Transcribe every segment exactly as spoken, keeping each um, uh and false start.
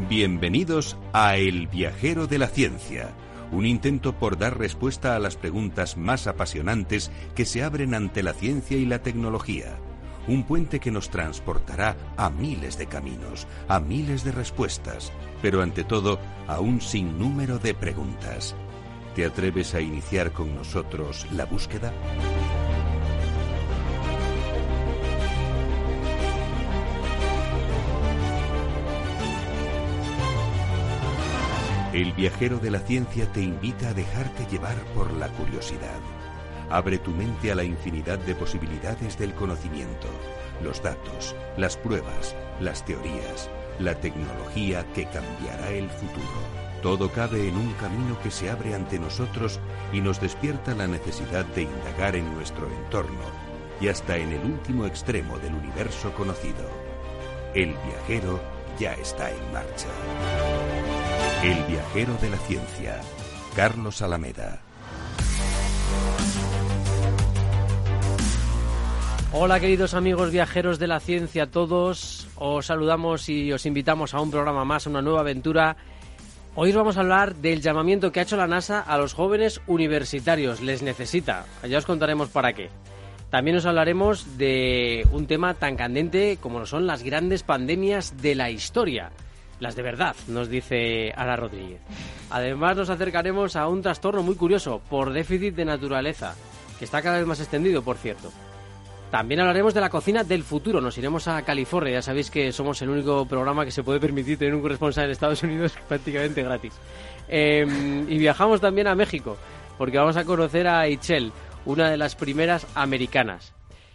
Bienvenidos a El Viajero de la Ciencia, un intento por dar respuesta a las preguntas más apasionantes que se abren ante la ciencia y la tecnología. Un puente que nos transportará a miles de caminos, a miles de respuestas, pero ante todo a un sinnúmero de preguntas. ¿Te atreves a iniciar con nosotros la búsqueda? El Viajero de la Ciencia te invita a dejarte llevar por la curiosidad. Abre tu mente a la infinidad de posibilidades del conocimiento, los datos, las pruebas, las teorías, la tecnología que cambiará el futuro. Todo cabe en un camino que se abre ante nosotros y nos despierta la necesidad de indagar en nuestro entorno y hasta en el último extremo del universo conocido. El viajero ya está en marcha. El Viajero de la Ciencia, Carlos Alameda. Hola queridos amigos viajeros de la ciencia, todos os saludamos y os invitamos a un programa más, a una nueva aventura. Hoy os vamos a hablar del llamamiento que ha hecho la NASA a los jóvenes universitarios. Les necesita, ya os contaremos para qué. También os hablaremos de un tema tan candente como lo son las grandes pandemias de la historia. Las de verdad, nos dice Ara Rodríguez. Además nos acercaremos a un trastorno muy curioso por déficit de naturaleza, que está cada vez más extendido, por cierto. También hablaremos de la cocina del futuro. Nos iremos a California. Ya sabéis que somos el único programa que se puede permitir tener un corresponsal en Estados Unidos prácticamente gratis. Eh, y viajamos también a México, porque vamos a conocer a Itzel, una de las primeras americanas.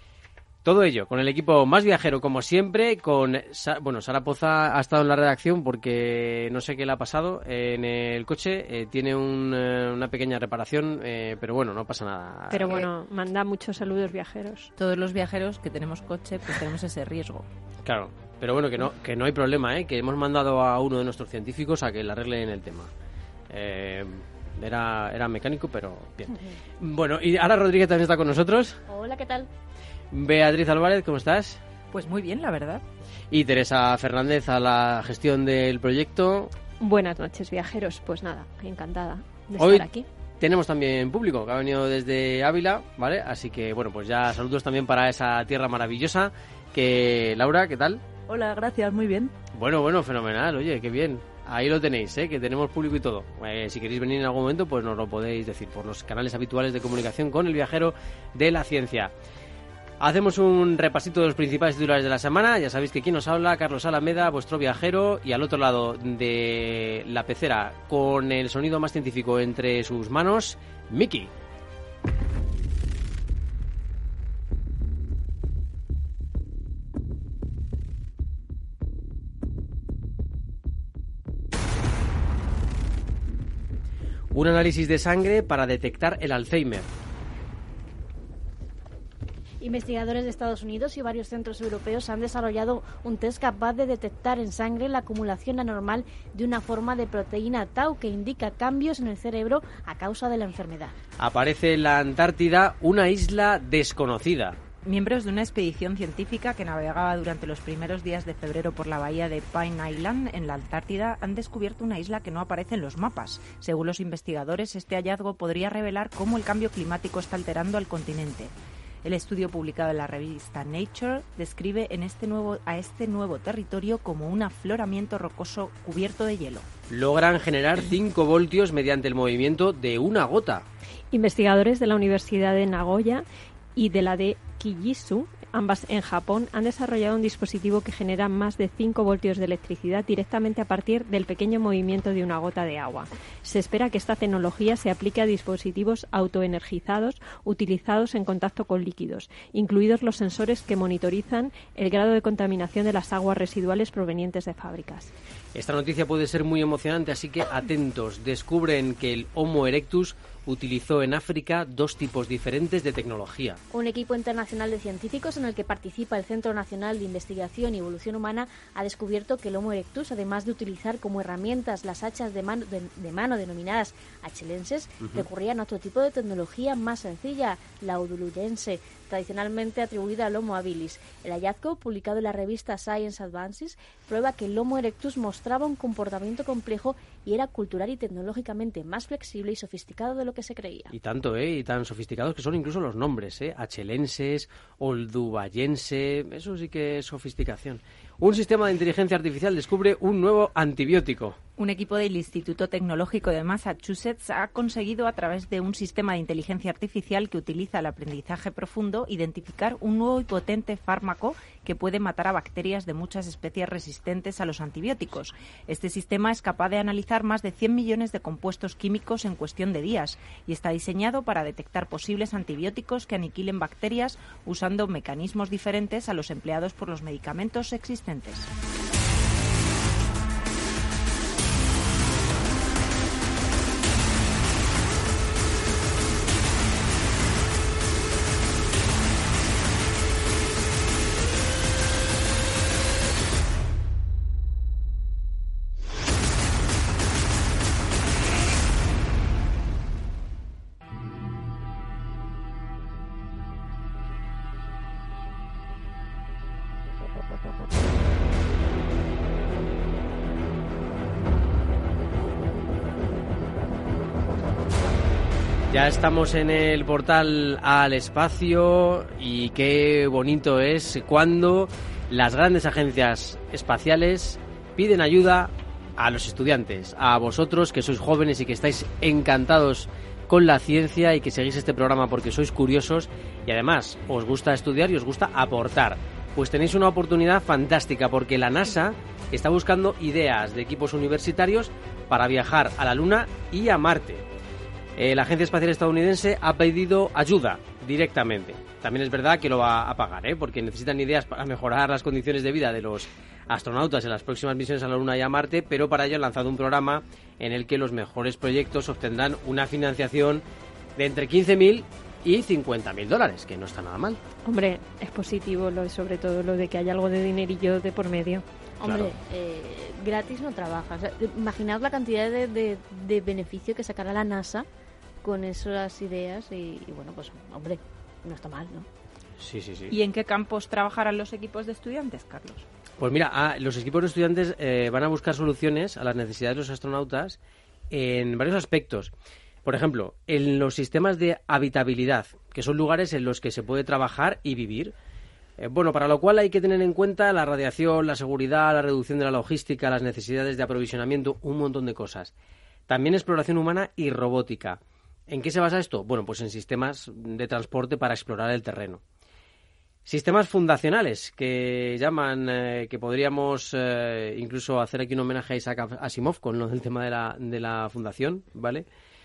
Todo ello con el equipo más viajero, como siempre, con... Bueno, Sara Poza ha estado en la redacción porque no sé qué le ha pasado en el coche. Eh, tiene un, eh, una pequeña reparación, eh, pero bueno, no pasa nada. Pero bueno, manda muchos saludos viajeros. Todos los viajeros que tenemos coche, pues tenemos ese riesgo. Claro, pero bueno, que no, que no hay problema, ¿eh? Que hemos mandado a uno de nuestros científicos a que le arreglen el tema. Eh... Era, era mecánico, pero bien. Uh-huh. Bueno, y Ara Rodríguez también está con nosotros. Hola, ¿qué tal? Beatriz Álvarez, ¿cómo estás? Pues muy bien, la verdad. Y Teresa Fernández a la gestión del proyecto. Buenas noches, viajeros. Pues nada, encantada de Hoy estar aquí. Tenemos también público que ha venido desde Ávila, ¿vale? Así que, bueno, pues ya saludos también para esa tierra maravillosa. Que Laura, ¿qué tal? Hola, gracias, muy bien. Bueno, bueno, fenomenal, oye, qué bien. Ahí lo tenéis, ¿eh? Que tenemos público y todo. Eh, si queréis venir en algún momento, pues nos lo podéis decir por los canales habituales de comunicación con el Viajero de la Ciencia. Hacemos un repasito de los principales titulares de la semana. Ya sabéis que quien nos habla, Carlos Alameda, vuestro viajero, y al otro lado de la pecera, con el sonido más científico entre sus manos, Miki. Un análisis de sangre para detectar el Alzheimer. Investigadores de Estados Unidos y varios centros europeos han desarrollado un test capaz de detectar en sangre la acumulación anormal de una forma de proteína tau que indica cambios en el cerebro a causa de la enfermedad. Aparece en la Antártida una isla desconocida. Miembros de una expedición científica que navegaba durante los primeros días de febrero por la bahía de Pine Island, en la Antártida, han descubierto una isla que no aparece en los mapas. Según los investigadores, este hallazgo podría revelar cómo el cambio climático está alterando al continente. El estudio publicado en la revista Nature describe en este nuevo, a este nuevo territorio como un afloramiento rocoso cubierto de hielo. Logran generar cinco voltios mediante el movimiento de una gota. Investigadores de la Universidad de Nagoya y de la de Kyushu, ambas en Japón, han desarrollado un dispositivo que genera más de cinco voltios de electricidad directamente a partir del pequeño movimiento de una gota de agua. Se espera que esta tecnología se aplique a dispositivos autoenergizados utilizados en contacto con líquidos, incluidos los sensores que monitorizan el grado de contaminación de las aguas residuales provenientes de fábricas. Esta noticia puede ser muy emocionante, así que atentos. Descubren que el Homo erectus utilizó en África dos tipos diferentes de tecnología. Un equipo internacional de científicos en el que participa el Centro Nacional de Investigación y Evolución Humana ha descubierto que el Homo erectus, además de utilizar como herramientas las hachas de mano, de, de mano denominadas hachelenses, uh-huh. recurrían a otro tipo de tecnología más sencilla, la uduluyense, tradicionalmente atribuida al Homo habilis. El hallazgo, publicado en la revista Science Advances, prueba que el Homo erectus mostraba un comportamiento complejo y era cultural y tecnológicamente más flexible y sofisticado de lo que se creía. Y tanto, ¿eh? Y tan sofisticados que son incluso los nombres, ¿eh? Achelenses, oldubayense, eso sí que es sofisticación. Un sistema de inteligencia artificial descubre un nuevo antibiótico. Un equipo del Instituto Tecnológico de Massachusetts ha conseguido, a través de un sistema de inteligencia artificial que utiliza el aprendizaje profundo, identificar un nuevo y potente fármaco que puede matar a bacterias de muchas especies resistentes a los antibióticos. Este sistema es capaz de analizar más de cien millones de compuestos químicos en cuestión de días y está diseñado para detectar posibles antibióticos que aniquilen bacterias usando mecanismos diferentes a los empleados por los medicamentos existentes. Ya estamos en el portal al espacio y qué bonito es cuando las grandes agencias espaciales piden ayuda a los estudiantes, a vosotros que sois jóvenes y que estáis encantados con la ciencia y que seguís este programa porque sois curiosos y además os gusta estudiar y os gusta aportar. Pues tenéis una oportunidad fantástica porque la NASA está buscando ideas de equipos universitarios para viajar a la Luna y a Marte. Eh, la Agencia Espacial Estadounidense ha pedido ayuda directamente. También es verdad que lo va a pagar, ¿eh? Porque necesitan ideas para mejorar las condiciones de vida de los astronautas en las próximas misiones a la Luna y a Marte, pero para ello han lanzado un programa en el que los mejores proyectos obtendrán una financiación de entre quince mil y cincuenta mil dólares, que no está nada mal. Hombre, es positivo, lo, sobre todo lo de que haya algo de dinerillo de por medio. Hombre, Claro. eh, gratis no trabaja. O sea, imaginaos la cantidad de, de, de beneficio que sacará la NASA con esas ideas y, y bueno, pues hombre, no está mal, ¿no? Sí, sí, sí. ¿Y en qué campos trabajarán los equipos de estudiantes, Carlos? Pues mira, ah, los equipos de estudiantes eh, van a buscar soluciones a las necesidades de los astronautas en varios aspectos. Por ejemplo, en los sistemas de habitabilidad, que son lugares en los que se puede trabajar y vivir. Eh, bueno, para lo cual hay que tener en cuenta la radiación, la seguridad, la reducción de la logística, las necesidades de aprovisionamiento, un montón de cosas. También exploración humana y robótica. ¿En qué se basa esto? Bueno, pues en sistemas de transporte para explorar el terreno. Sistemas fundacionales, que llaman, eh, que podríamos eh, incluso hacer aquí un homenaje a Isaac Asimov con lo del tema de la, de la fundación, ¿vale?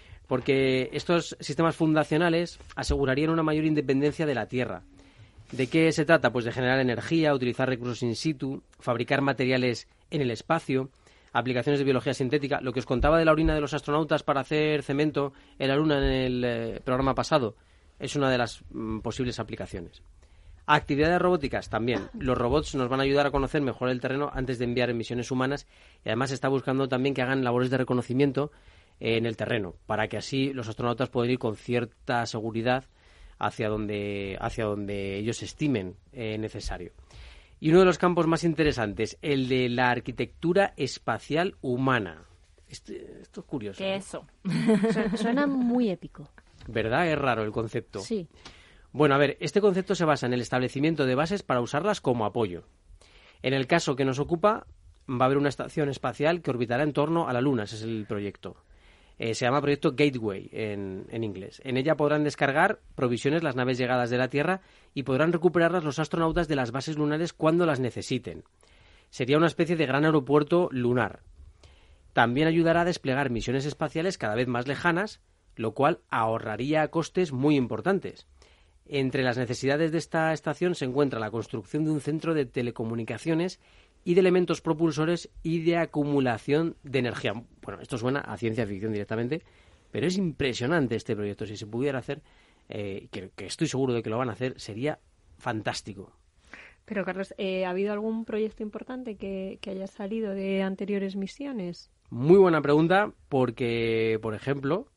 Porque estos sistemas fundacionales asegurarían una mayor independencia de la Tierra. ¿De qué se trata? Pues de generar energía, utilizar recursos in situ, fabricar materiales en el espacio, aplicaciones de biología sintética. Lo que os contaba de la orina de los astronautas para hacer cemento en la Luna en el eh, programa pasado es una de las mm, posibles aplicaciones. Actividades robóticas también. Los robots nos van a ayudar a conocer mejor el terreno antes de enviar misiones humanas y además se está buscando también que hagan labores de reconocimiento eh, en el terreno para que así los astronautas puedan ir con cierta seguridad hacia donde, hacia donde ellos estimen eh, necesario. Y uno de los campos más interesantes, el de la arquitectura espacial humana. Este, esto es curioso. ¿Qué ¿eh? es eso? Suena, suena muy épico. ¿Verdad? Es raro el concepto. Sí. Bueno, a ver, este concepto se basa en el establecimiento de bases para usarlas como apoyo. En el caso que nos ocupa, va a haber una estación espacial que orbitará en torno a la Luna, ese es el proyecto. Eh, se llama Proyecto Gateway en, en inglés. En ella podrán descargar provisiones las naves llegadas de la Tierra y podrán recuperarlas los astronautas de las bases lunares cuando las necesiten. Sería una especie de gran aeropuerto lunar. También ayudará a desplegar misiones espaciales cada vez más lejanas, lo cual ahorraría costes muy importantes. Entre las necesidades de esta estación se encuentra la construcción de un centro de telecomunicaciones y de elementos propulsores y de acumulación de energía. Bueno, esto suena a ciencia ficción directamente, pero es impresionante este proyecto. Si se pudiera hacer, eh, que, que estoy seguro de que lo van a hacer, sería fantástico. Pero, Carlos, eh, ¿ha habido algún proyecto importante que, que haya salido de anteriores misiones? Muy buena pregunta, porque, por ejemplo,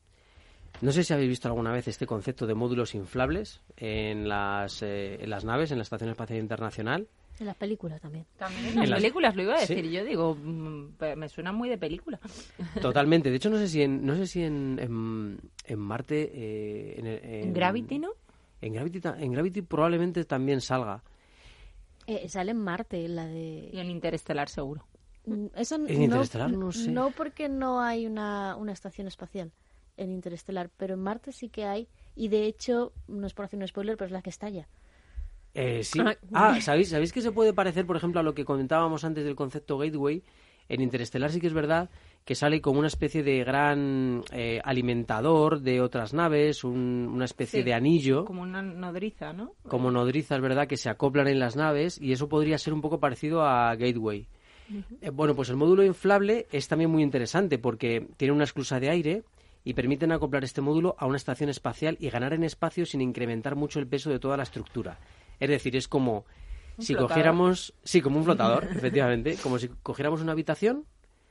no sé si habéis visto alguna vez este concepto de módulos inflables en las, eh, en las naves, en la Estación Espacial Internacional. En las películas también. También en las, En las- películas, lo iba a decir. Sí. Yo digo, mm, me suena muy de película. Totalmente. De hecho, no sé si en, no sé si en, en, en Marte... eh, en, en- En Gravity, ¿no? En Gravity, ta- en Gravity probablemente también salga. Eh, sale en Marte, la de... Y en Interestelar, seguro. Mm, Eso En no, Interestelar no sé. No, porque no hay una, una estación espacial en Interestelar, pero en Marte sí que hay. Y de hecho, no es por hacer un spoiler, pero es la que estalla. Eh, sí. Ah. Ah, ¿sabéis, ¿sabéis que se puede parecer, por ejemplo, a lo que comentábamos antes del concepto Gateway? En Interestelar sí que es verdad que sale como una especie de gran eh, alimentador de otras naves, un- una especie Sí, de anillo, Como una nodriza, ¿no? como nodrizas, ¿verdad?, que se acoplan en las naves, y eso podría ser un poco parecido a Gateway. Eh, bueno, pues el módulo inflable es también muy interesante porque tiene una esclusa de aire y permiten acoplar este módulo a una estación espacial y ganar en espacio sin incrementar mucho el peso de toda la estructura. Es decir, es como Un si flotador. cogiéramos... Sí, como un flotador, efectivamente. Como si cogiéramos una habitación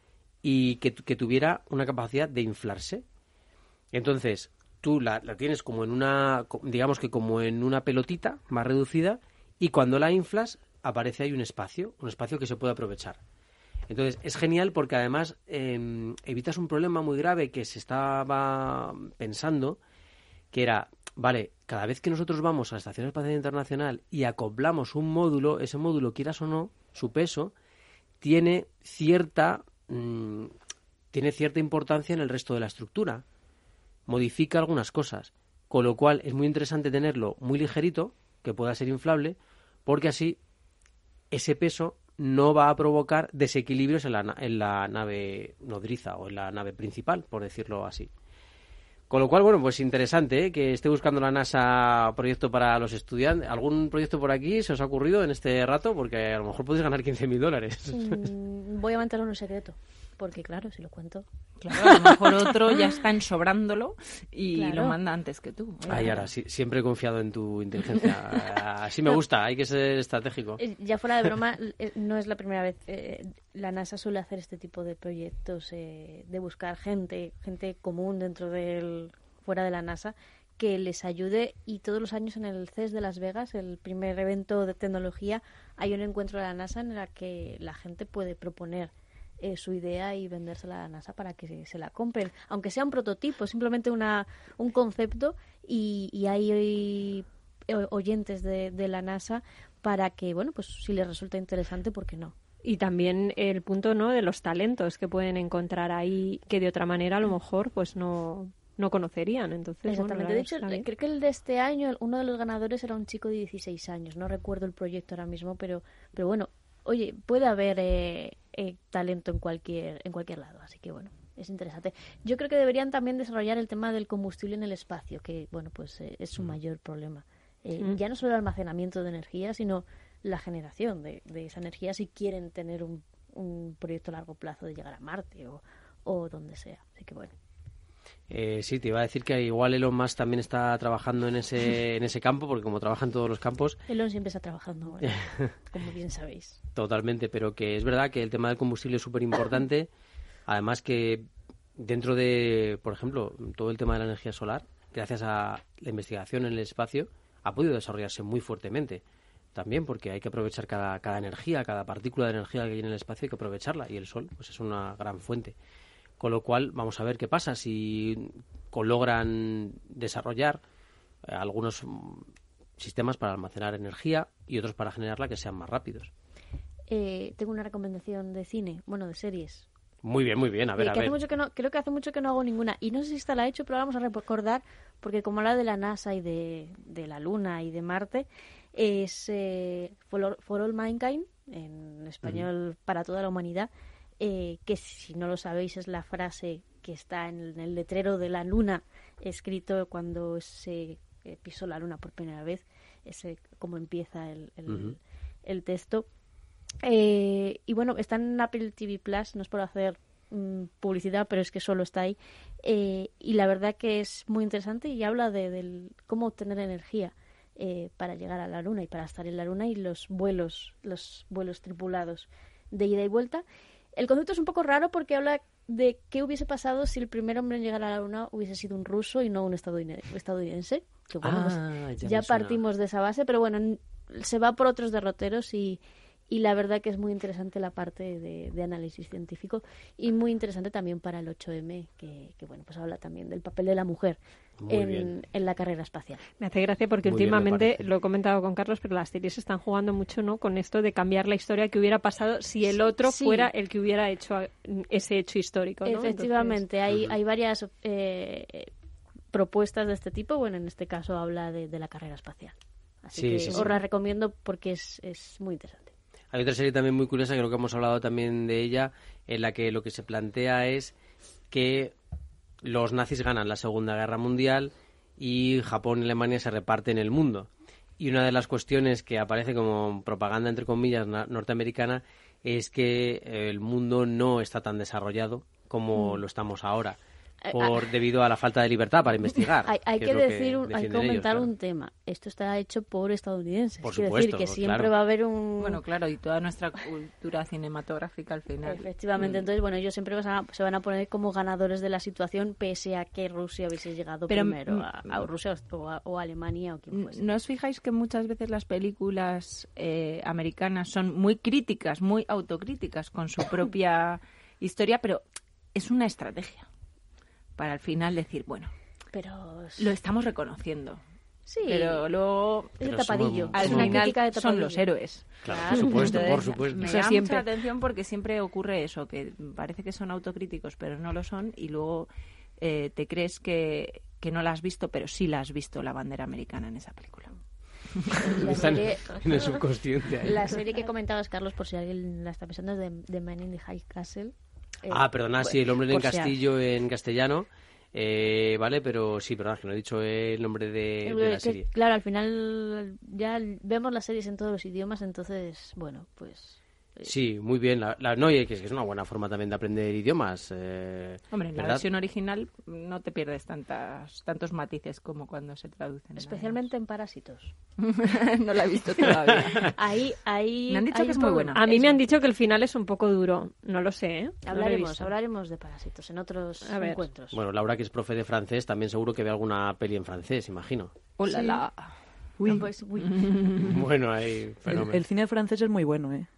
y que, tu- que tuviera una capacidad de inflarse. Entonces, tú la, la tienes como en una... co- digamos que como en una pelotita más reducida, y cuando la inflas aparece ahí un espacio, un espacio que se puede aprovechar. Entonces, es genial porque además eh, evitas un problema muy grave que se estaba pensando, que era, vale, cada vez que nosotros vamos a la Estación Espacial Internacional y acoplamos un módulo, ese módulo, quieras o no, su peso, tiene cierta, mm, tiene cierta importancia en el resto de la estructura. Modifica algunas cosas. Con lo cual, es muy interesante tenerlo muy ligerito, que pueda ser inflable, porque así ese peso no va a provocar desequilibrios en la, na- en la nave nodriza o en la nave principal, por decirlo así. Con lo cual, bueno, pues interesante, ¿eh?, que esté buscando la NASA proyecto para los estudiantes. ¿Algún proyecto por aquí se os ha ocurrido en este rato? Porque a lo mejor podéis ganar quince mil dólares. Mm, Voy a mantenerlo en secreto, porque claro, si lo cuento... Claro, a lo mejor otro ya está ensobrándolo y Claro. lo manda antes que tú. Ay, ahora, sí, siempre he confiado en tu inteligencia. Así me gusta, hay que ser estratégico. Eh, Ya fuera de broma, eh, no es la primera vez. eh, la NASA suele hacer este tipo de proyectos eh, de buscar gente, gente común dentro del, fuera de la NASA, que les ayude, y todos los años en el C E S de Las Vegas, el primer evento de tecnología, hay un encuentro de la NASA en el que la gente puede proponer eh, su idea y vendérsela a la NASA para que se, se la compren, aunque sea un prototipo, simplemente una un concepto, y, y hay eh, oyentes de, de la NASA para que, bueno, pues si les resulta interesante, ¿por qué no? Y también el punto, ¿no?, de los talentos que pueden encontrar ahí que de otra manera a lo mejor pues no, no conocerían. Entonces, bueno, Exactamente. la De verdad hecho, está bien. creo que el de este año, uno de los ganadores era un chico de dieciséis años. No recuerdo el proyecto ahora mismo, pero, pero bueno, oye, puede haber eh, eh, talento en cualquier, en cualquier lado. Así que bueno, es interesante. Yo creo que deberían también desarrollar el tema del combustible en el espacio, que bueno, pues eh, es su mayor problema. Eh, Mm. Ya no solo el almacenamiento de energía, sino la generación de, de esa energía si quieren tener un, un proyecto a largo plazo de llegar a Marte o, o donde sea. Así que bueno. Eh, sí, te iba a decir que igual Elon Musk también está trabajando en ese, en ese campo, porque como trabaja en todos los campos, Elon siempre está trabajando ahora, como bien sabéis. totalmente, pero que es verdad que el tema del combustible es súper importante. Además que dentro de, por ejemplo, todo el tema de la energía solar, gracias a la investigación en el espacio, ha podido desarrollarse muy fuertemente. También porque hay que aprovechar cada, cada energía, cada partícula de energía que hay en el espacio, hay que aprovecharla. Y el sol pues es una gran fuente. Con lo cual, vamos a ver qué pasa si co- logran desarrollar eh, algunos mm, sistemas para almacenar energía y otros para generarla que sean más rápidos. Eh, tengo una recomendación de cine, bueno, de series. Muy bien, muy bien. A ver, Eh, a que hace ver. mucho que no, creo que hace mucho que no hago ninguna. Y no sé si esta la he hecho, pero la vamos a recordar, porque como habla de la NASA y de, de la Luna y de Marte, es eh, For, All, For All Mankind, en español, para toda la humanidad, eh, que si no lo sabéis es la frase que está en el letrero de la Luna, escrito cuando se eh, pisó la Luna por primera vez, ese como empieza el, el, Ujú. el texto. Eh, y bueno, está en Apple T V Plus, no es por hacer mm, publicidad, pero es que solo está ahí. Eh, y la verdad que es muy interesante y habla de del, cómo obtener energía eh, para llegar a la Luna y para estar en la Luna, y los vuelos, los vuelos tripulados de ida y vuelta. El concepto es un poco raro porque habla de qué hubiese pasado si el primer hombre en llegar a la Luna hubiese sido un ruso y no un estadounid- estadounidense. Que bueno, pues Ah, ya ya me suena. partimos de esa base, pero bueno, n- se va por otros derroteros y, y la verdad que es muy interesante la parte de, de análisis científico y muy interesante también para el ocho eme, que, que bueno, pues habla también del papel de la mujer en, en la carrera espacial. Me hace gracia porque Muy bien, últimamente, me lo he comentado con Carlos, pero las series están jugando mucho, ¿no?, con esto de cambiar la historia que hubiera pasado si el otro Sí. fuera el que hubiera hecho ese hecho histórico, ¿no? Efectivamente, Entonces, hay, hay varias eh, propuestas de este tipo. Bueno, en este caso habla de, de la carrera espacial. Así Sí, que sí, os sí. la recomiendo porque es, es muy interesante. Hay otra serie también muy curiosa, creo que hemos hablado también de ella, en la que lo que se plantea es que los nazis ganan la Segunda Guerra Mundial y Japón y Alemania se reparten el mundo. Y una de las cuestiones que aparece como propaganda, entre comillas, na- norteamericana, es que eh, el mundo no está tan desarrollado como lo estamos ahora, por debido a la falta de libertad para investigar. Hay, hay que que es lo decir, un- hay que defienden ellos, comentar claro. un tema. Esto está hecho por estadounidenses. Por Quiero supuesto, decir que siempre claro. va a haber un... Bueno, claro, y toda nuestra cultura cinematográfica al final. Efectivamente, entonces, bueno, ellos siempre van a- se van a poner como ganadores de la situación, pese a que Rusia hubiese llegado Pero, primero mm, a, a Rusia o a, o a Alemania o quien fuese. ¿No os fijáis que muchas veces las películas eh, americanas son muy críticas, muy autocríticas con su propia historia, pero es una estrategia para al final decir, bueno, Pero lo estamos reconociendo, sí, pero luego es de Pero tapadillo. somos- al Es una final crítica de son tapadillo. los héroes. Claro, Claro. por supuesto, por Entonces, supuesto. Me Eso llama siempre. mucha atención porque siempre ocurre eso, que parece que son autocríticos, pero no lo son, y luego eh, te crees que, que no la has visto, pero sí la has visto, la bandera americana en esa película. La Están serie, en el subconsciente ahí. la serie que comentabas, Carlos, por si alguien la está pensando, es de, de Man in the High Castle. Eh, Ah, perdona, sí, el hombre en por si- castillo en castellano. Eh, vale, pero sí, perdona, que no he dicho el nombre de, de la que, serie. Claro, al final ya vemos las series en todos los idiomas, entonces, bueno, pues... Sí, muy bien. La, la- no, y que es que es una buena forma también de aprender idiomas. Eh, Hombre, en la ¿verdad? versión original no te pierdes tantas, tantos matices como cuando se traducen. Especialmente en Parásitos. No la he visto todavía. Ahí, ahí... Me han dicho ahí que es está muy bueno. buena. a mí Es- me han dicho que el final es un poco duro. No lo sé, ¿eh? No lo he Hablaremos, visto. hablaremos de Parásitos en otros A ver. encuentros. Bueno, Laura, que es profe de francés, también seguro que ve alguna peli en francés, imagino. Hola, la. Uy, No, pues, uy. Bueno, hay el, fenómeno. el cine francés es muy bueno, ¿eh?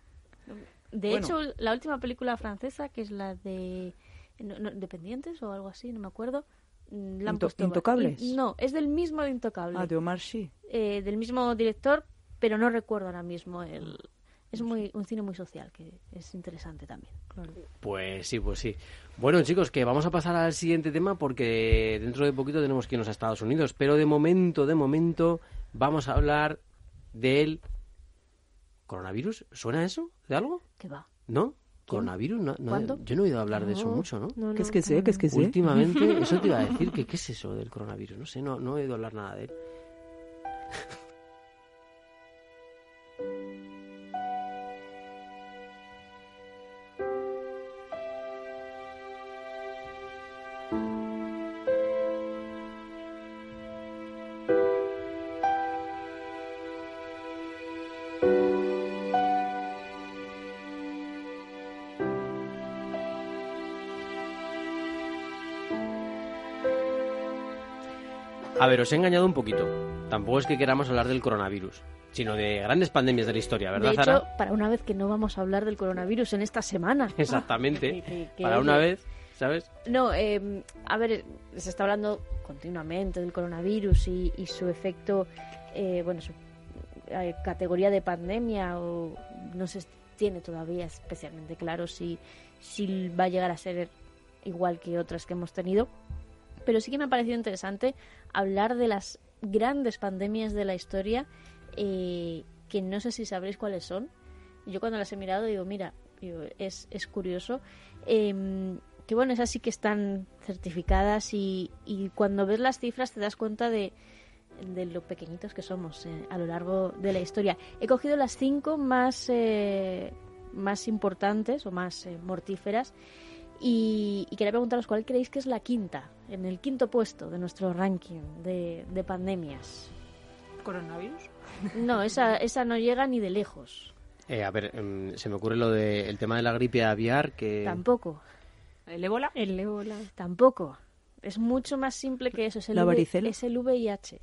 De Bueno. hecho, la última película francesa, que es la de no, no, Dependientes o algo así, no me acuerdo, mm, la han Into- puesto... ¿Intocables? y- no, es del mismo de Intocable, Ah, de Omar Sy. eh, del mismo director, pero no recuerdo ahora mismo el... Es muy un cine muy social, que es interesante también. Pues sí, pues sí. Bueno, chicos, que vamos a pasar al siguiente tema porque dentro de poquito tenemos que irnos a Estados Unidos. Pero de momento, de momento, vamos a hablar del coronavirus. ¿Suena eso de algo? ¿Qué va? ¿No? ¿Coronavirus? No, no, ¿Cuándo? yo no he oído hablar de eso No, mucho, ¿no? no, ¿Qué es no, que sé? no, ¿Qué es que sé? Últimamente, eso te iba a decir, que qué es eso del coronavirus. No sé, no, no he oído hablar nada de él. A ver, os he engañado un poquito. Tampoco es que queramos hablar del coronavirus, sino de grandes pandemias de la historia, ¿verdad, De hecho, Zara? para una vez que no vamos a hablar del coronavirus en esta semana. Exactamente. Que- que- que Para oye, una vez, ¿sabes? No, eh, a ver, se está hablando continuamente del coronavirus y, y su efecto, eh, bueno, su eh, categoría de pandemia, o no se tiene todavía especialmente claro si, si va a llegar a ser igual que otras que hemos tenido. Pero sí que me ha parecido interesante hablar de las grandes pandemias de la historia, eh, que no sé si sabréis cuáles son. Yo cuando las he mirado digo, mira, digo, es, es curioso. Eh, que bueno, esas sí que están certificadas y, y cuando ves las cifras te das cuenta de, de lo pequeñitos que somos eh, a lo largo de la historia. He cogido las cinco más, eh, más importantes o más eh, mortíferas y, y quería preguntaros cuál creéis que es la quinta, en el quinto puesto de nuestro ranking de, de pandemias. ¿Coronavirus? No, esa, esa no llega ni de lejos. Eh, a ver, em, se me ocurre lo de el tema de la gripe aviar, que... Tampoco, ¿El ébola? El ébola. tampoco. Es mucho más simple que eso. Es el, ¿La V- varicela? es el V I H.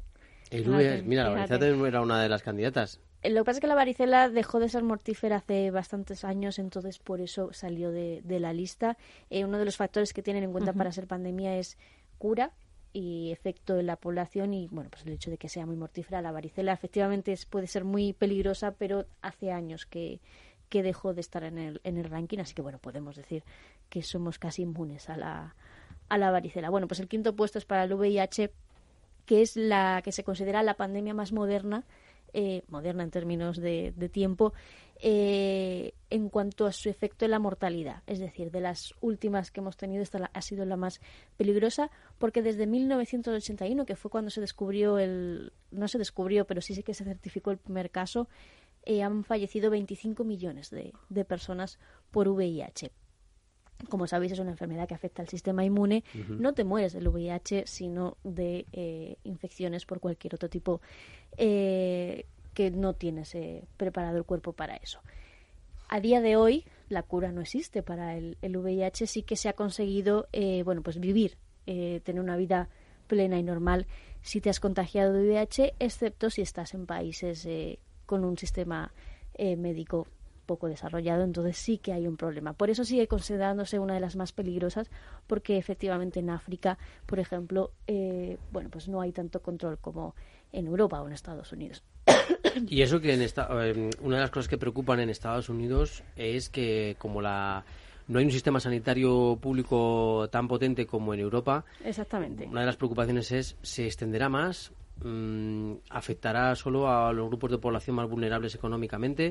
El Fíjate, V I H, mira, la fíjate. varicela también era una de las candidatas. Eh, Lo que pasa es que la varicela dejó de ser mortífera hace bastantes años, entonces por eso salió de, de la lista. Eh, uno de los factores que tienen en cuenta Ujú. para ser pandemia es cura y efecto en la población y, bueno, pues el hecho de que sea muy mortífera. La varicela efectivamente es, puede ser muy peligrosa, pero hace años que, que dejó de estar en el, en el ranking, así que, bueno, podemos decir que somos casi inmunes a la, a la varicela. Bueno, pues el quinto puesto es para el V I H, que es la que se considera la pandemia más moderna, eh, moderna en términos de, de tiempo, eh, en cuanto a su efecto en la mortalidad. Es decir, de las últimas que hemos tenido, esta la- ha sido la más peligrosa, porque desde mil novecientos ochenta y uno, que fue cuando se descubrió el... no se descubrió, pero sí, sí que se certificó el primer caso, eh, han fallecido veinticinco millones de, de personas por V I H. Como sabéis, es una enfermedad que afecta al sistema inmune. Ujú. No te mueres del V I H, sino de eh, infecciones por cualquier otro tipo eh, que no tienes eh, preparado el cuerpo para eso. A día de hoy, la cura no existe para el, el V I H. Sí que se ha conseguido, eh, bueno, pues vivir, eh, tener una vida plena y normal si te has contagiado de V I H, excepto si estás en países eh, con un sistema eh, médico poco desarrollado, entonces sí que hay un problema. Por eso sigue considerándose una de las más peligrosas, porque efectivamente en África, por ejemplo, eh, bueno, pues no hay tanto control como en Europa o en Estados Unidos. Y eso que en esta, eh, una de las cosas que preocupan en Estados Unidos es que como la no hay un sistema sanitario público tan potente como en Europa, Exactamente. una de las preocupaciones es se extenderá más, mm, afectará solo a los grupos de población más vulnerables económicamente.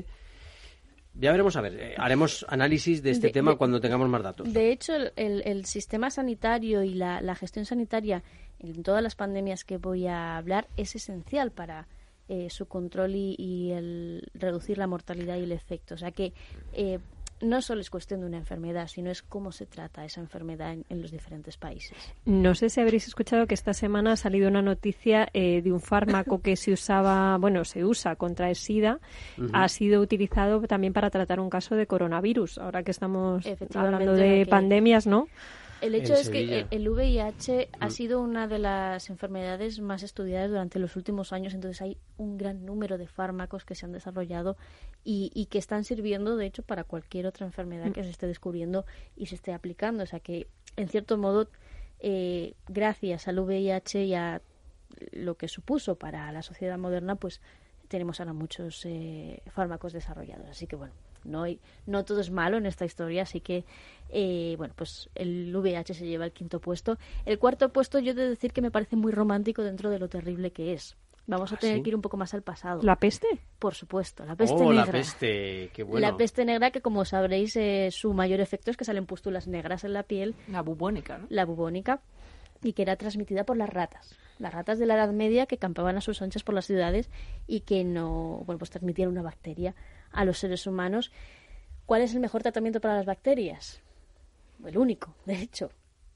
Ya veremos, a ver, eh, haremos análisis de este De- tema de- cuando tengamos más datos. De hecho, el, el- el sistema sanitario y la, la gestión sanitaria en todas las pandemias que voy a hablar es esencial para eh, su control y, y el reducir la mortalidad y el efecto. O sea que eh, no solo es cuestión de una enfermedad, sino es cómo se trata esa enfermedad en, en los diferentes países. No sé si habréis escuchado que esta semana ha salido una noticia eh, de un fármaco que se usaba, bueno, se usa contra el SIDA, Ujú. ha sido utilizado también para tratar un caso de coronavirus. Ahora que estamos Efectivamente, hablando de que- pandemias, ¿no? El hecho En es Sevilla. que el, el V I H ha Mm. sido una de las enfermedades más estudiadas durante los últimos años, entonces hay un gran número de fármacos que se han desarrollado y, y que están sirviendo, de hecho, para cualquier otra enfermedad que se esté descubriendo y se esté aplicando. O sea que, en cierto modo, eh, gracias al V I H y a lo que supuso para la sociedad moderna, pues tenemos ahora muchos eh, fármacos desarrollados. Así que, bueno, no hay, no todo es malo en esta historia, así que eh, bueno, pues el V I H se lleva el quinto puesto. El cuarto puesto yo he de decir que me parece muy romántico dentro de lo terrible que es. Vamos a ¿Ah, tener sí? que ir un poco más al pasado. ¿La peste? Por supuesto, la peste oh, negra. la peste, qué bueno. La peste negra, que como sabréis, eh, su mayor efecto es que salen pústulas negras en la piel, La bubónica, ¿no? la bubónica, y que era transmitida por las ratas. Las ratas de la Edad Media que campaban a sus anchas por las ciudades y que no, bueno, pues transmitían una bacteria a los seres humanos. ¿Cuál es el mejor tratamiento para las bacterias? El único, de hecho.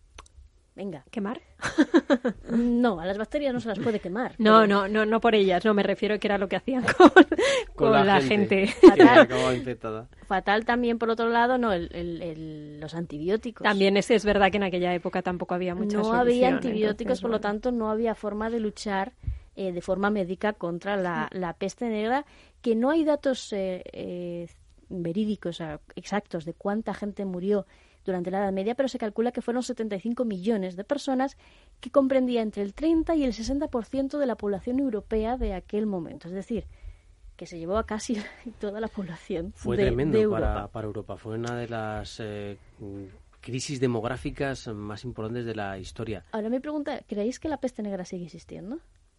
Venga. ¿Quemar? No, a las bacterias no se las puede quemar. No, pero- no, no, no por ellas. No, me refiero que era lo que hacían con, con la, gente. que acababa infectada. Fatal también, por otro lado, no, el, el- el- los antibióticos. También es, es verdad que en aquella época tampoco había mucha No solución, había antibióticos, entonces, por lo bueno. tanto no había forma de luchar eh, de forma médica contra la, la peste negra, que no hay datos eh, eh, verídicos, o sea, exactos de cuánta gente murió durante la Edad Media, pero se calcula que fueron setenta y cinco millones de personas, que comprendía entre el treinta y el sesenta por ciento de la población europea de aquel momento. Es decir, que se llevó a casi toda la población Fue de, tremendo de para, Europa. para Europa. Fue una de las eh, crisis demográficas más importantes de la historia. Ahora me pregunta, ¿creéis que la peste negra sigue existiendo?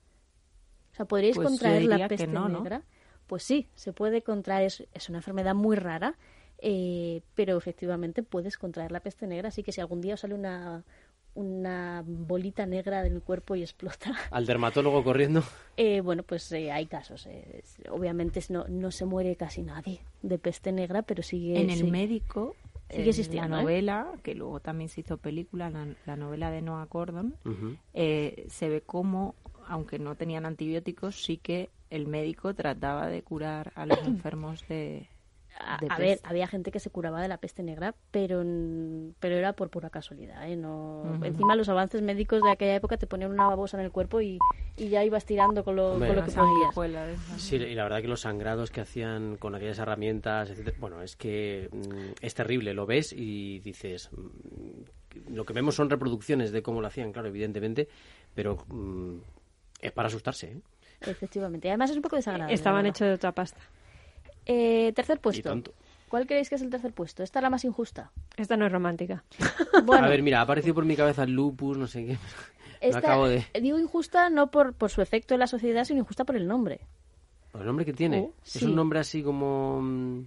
O sea, ¿podríais Pues yo contraer la diría que peste no, ¿no? negra? Pues sí, se puede contraer, es, es una enfermedad muy rara, eh, pero efectivamente puedes contraer la peste negra, así que si algún día os sale una, una bolita negra del cuerpo y explota, Al dermatólogo corriendo. eh, bueno, pues eh, hay casos. eh, es- obviamente es- no, no se muere casi nadie de peste negra, pero sigue... En el sí. médico, Sigue en existiendo, la ¿eh? novela, que luego también se hizo película, la, la novela de Noah Gordon, Ujú. eh, se ve cómo, aunque no tenían antibióticos, sí que el médico trataba de curar a los enfermos de, A, de a pez. ver, había gente que se curaba de la peste negra, pero pero era por pura casualidad, ¿eh? No, Ujú. Encima los avances médicos de aquella época te ponían una babosa en el cuerpo y, y ya ibas tirando con lo, Hombre, con lo Una que podías. sanguijuela de esas. Sí, y la verdad que los sangrados que hacían con aquellas herramientas, etcétera, bueno, es que mm, es terrible, lo ves y dices, mm, lo que vemos son reproducciones de cómo lo hacían, claro, evidentemente, pero mm, es para asustarse, ¿eh? Efectivamente. Y además es un poco desagradable. Estaban la verdad. hechos de otra pasta. Eh, tercer Y puesto. tanto. ¿Cuál creéis que es el tercer puesto? Esta es la más injusta. Esta no es romántica. Bueno, A ver, mira, ha aparecido por mi cabeza el lupus, no sé qué. esta, Me acabo de... digo injusta no por, por su efecto en la sociedad, sino injusta por el nombre. El nombre que tiene. Oh, Es sí. un nombre así como... mm,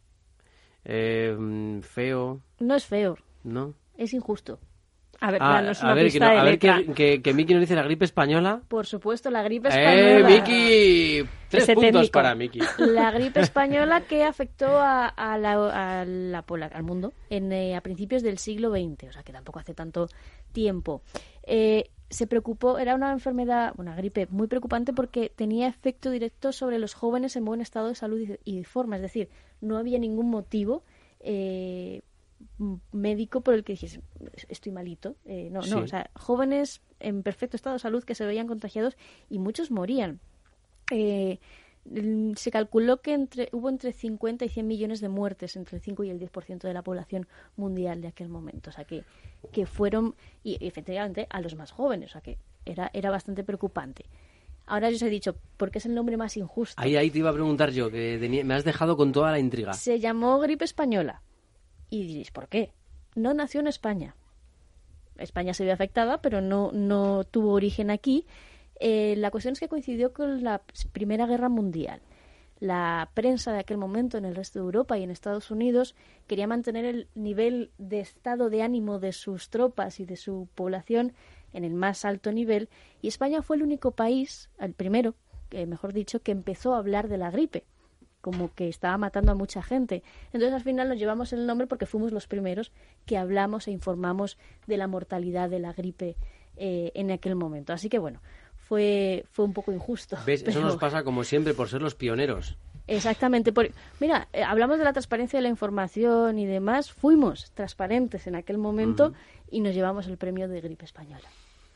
eh, mm, feo, No es feo, ¿no? es injusto. A ver, Ah, danos una a ver, que, pista no- de a ver letra. que, que, que Miki nos dice la gripe española. Por supuesto, la gripe ¡Eh, española. Miki! Tres Ese puntos técnico. para Miki. La gripe española que afectó a, a la, a la pola- al mundo en, eh, a principios del siglo veinte, o sea que tampoco hace tanto tiempo. Eh, se preocupó, era una enfermedad, una gripe muy preocupante porque tenía efecto directo sobre los jóvenes en buen estado de salud y, y de forma, es decir, no había ningún motivo eh, m- médico por el que dijese estoy malito. Eh, no, Sí. no, o sea, jóvenes en perfecto estado de salud que se veían contagiados y muchos morían. Eh, mm, se calculó que entre, hubo entre cincuenta y cien millones de muertes, entre el cinco y el diez por ciento de la población mundial de aquel momento. O sea, que, que fueron, y efectivamente, a los más jóvenes. O sea, que era, era bastante preocupante. Ahora yo os he dicho, ¿por qué es el nombre más injusto? Ahí, ahí te iba a preguntar yo, que tenía- me has dejado con toda la intriga. Se llamó gripe española. Y diréis, ¿por qué? No nació en España. España se vio afectada, pero no, no tuvo origen aquí. Eh, la cuestión es que coincidió con la Primera Guerra Mundial. La prensa de aquel momento en el resto de Europa y en Estados Unidos quería mantener el nivel de estado de ánimo de sus tropas y de su población en el más alto nivel, y España fue el único país, el primero, eh, mejor dicho, que empezó a hablar de la gripe, como que estaba matando a mucha gente. Entonces al final nos llevamos el nombre porque fuimos los primeros que hablamos e informamos de la mortalidad de la gripe eh, en aquel momento. Así que bueno, fue, fue un poco injusto. ¿Ves? Eso pero- nos pasa como siempre por ser los pioneros. Exactamente. Por... Mira, eh, hablamos de la transparencia de la información y demás. Fuimos transparentes en aquel momento y nos llevamos el premio de gripe española.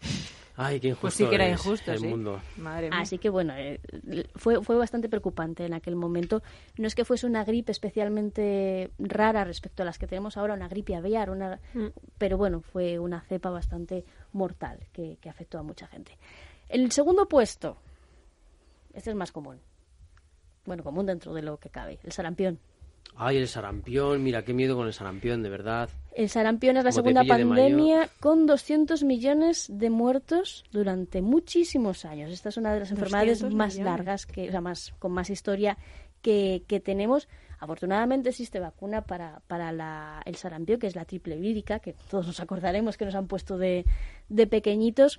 Ay, qué injusto Pues sí que era es injusto, el sí. mundo. Madre mía. Así que bueno, eh, fue, fue bastante preocupante en aquel momento. No es que fuese una gripe especialmente rara respecto a las que tenemos ahora, una gripe aviar, una... pero bueno, fue una cepa bastante mortal que, que afectó a mucha gente. El segundo puesto, este es más común. Bueno, común dentro de lo que cabe, el sarampión. Ay, el sarampión, mira, qué miedo con el sarampión, de verdad. El sarampión es la Como te segunda pille de pandemia con doscientos millones de muertos durante muchísimos años. Esta es una de las enfermedades doscientos más millones. largas, que, o sea, más, con más historia que, que tenemos. Afortunadamente existe vacuna para, para la, el sarampión, que es la triple vírica, que todos nos acordaremos que nos han puesto de, de pequeñitos.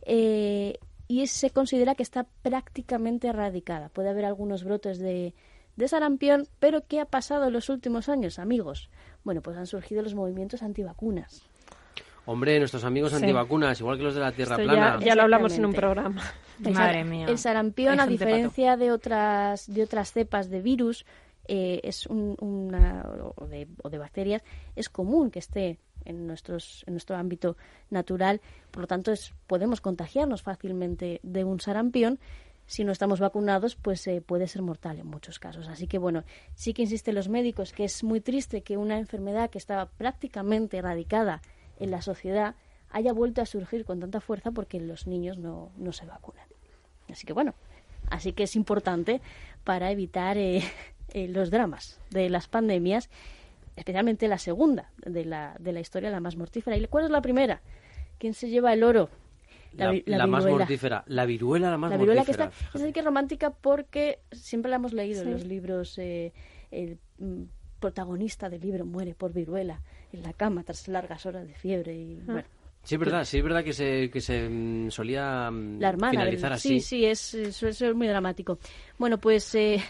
Eh, y se considera que está prácticamente erradicada. Puede haber algunos brotes de, de sarampión, pero ¿qué ha pasado en los últimos años, amigos? Bueno, pues han surgido los movimientos antivacunas. Hombre, nuestros amigos Sí. antivacunas, igual que los de la Tierra Esto plana. ya, ya lo hablamos en un Exactamente. programa. El Madre sar- mía. El sarampión, Hay a gente diferencia de otras, de otras cepas de virus eh, es un- una, o, de, o de bacterias, es común que esté en, nuestros, en nuestro ámbito natural. Por lo tanto, es, podemos contagiarnos fácilmente de un sarampión. Si no estamos vacunados, pues eh, puede ser mortal en muchos casos. Así que, bueno, sí que insisten los médicos que es muy triste que una enfermedad que estaba prácticamente erradicada en la sociedad haya vuelto a surgir con tanta fuerza porque los niños no, no se vacunan. Así que, bueno, así que es importante para evitar eh, eh, los dramas de las pandemias, especialmente la segunda de la, de la historia, la más mortífera. ¿Y cuál es la primera? ¿Quién se lleva el oro? La, vi- la más viruela. mortífera. La viruela, la más La viruela que mortífera. está, es así que romántica porque siempre la hemos leído en Sí. los libros. Eh, el mm, protagonista del libro muere por viruela en la cama tras largas horas de fiebre y bueno. Sí, es verdad, sí, es verdad que se, que se mm, solía mm, La hermana. finalizar del- así. Sí, sí, es, es, suele ser muy dramático. Bueno, pues eh,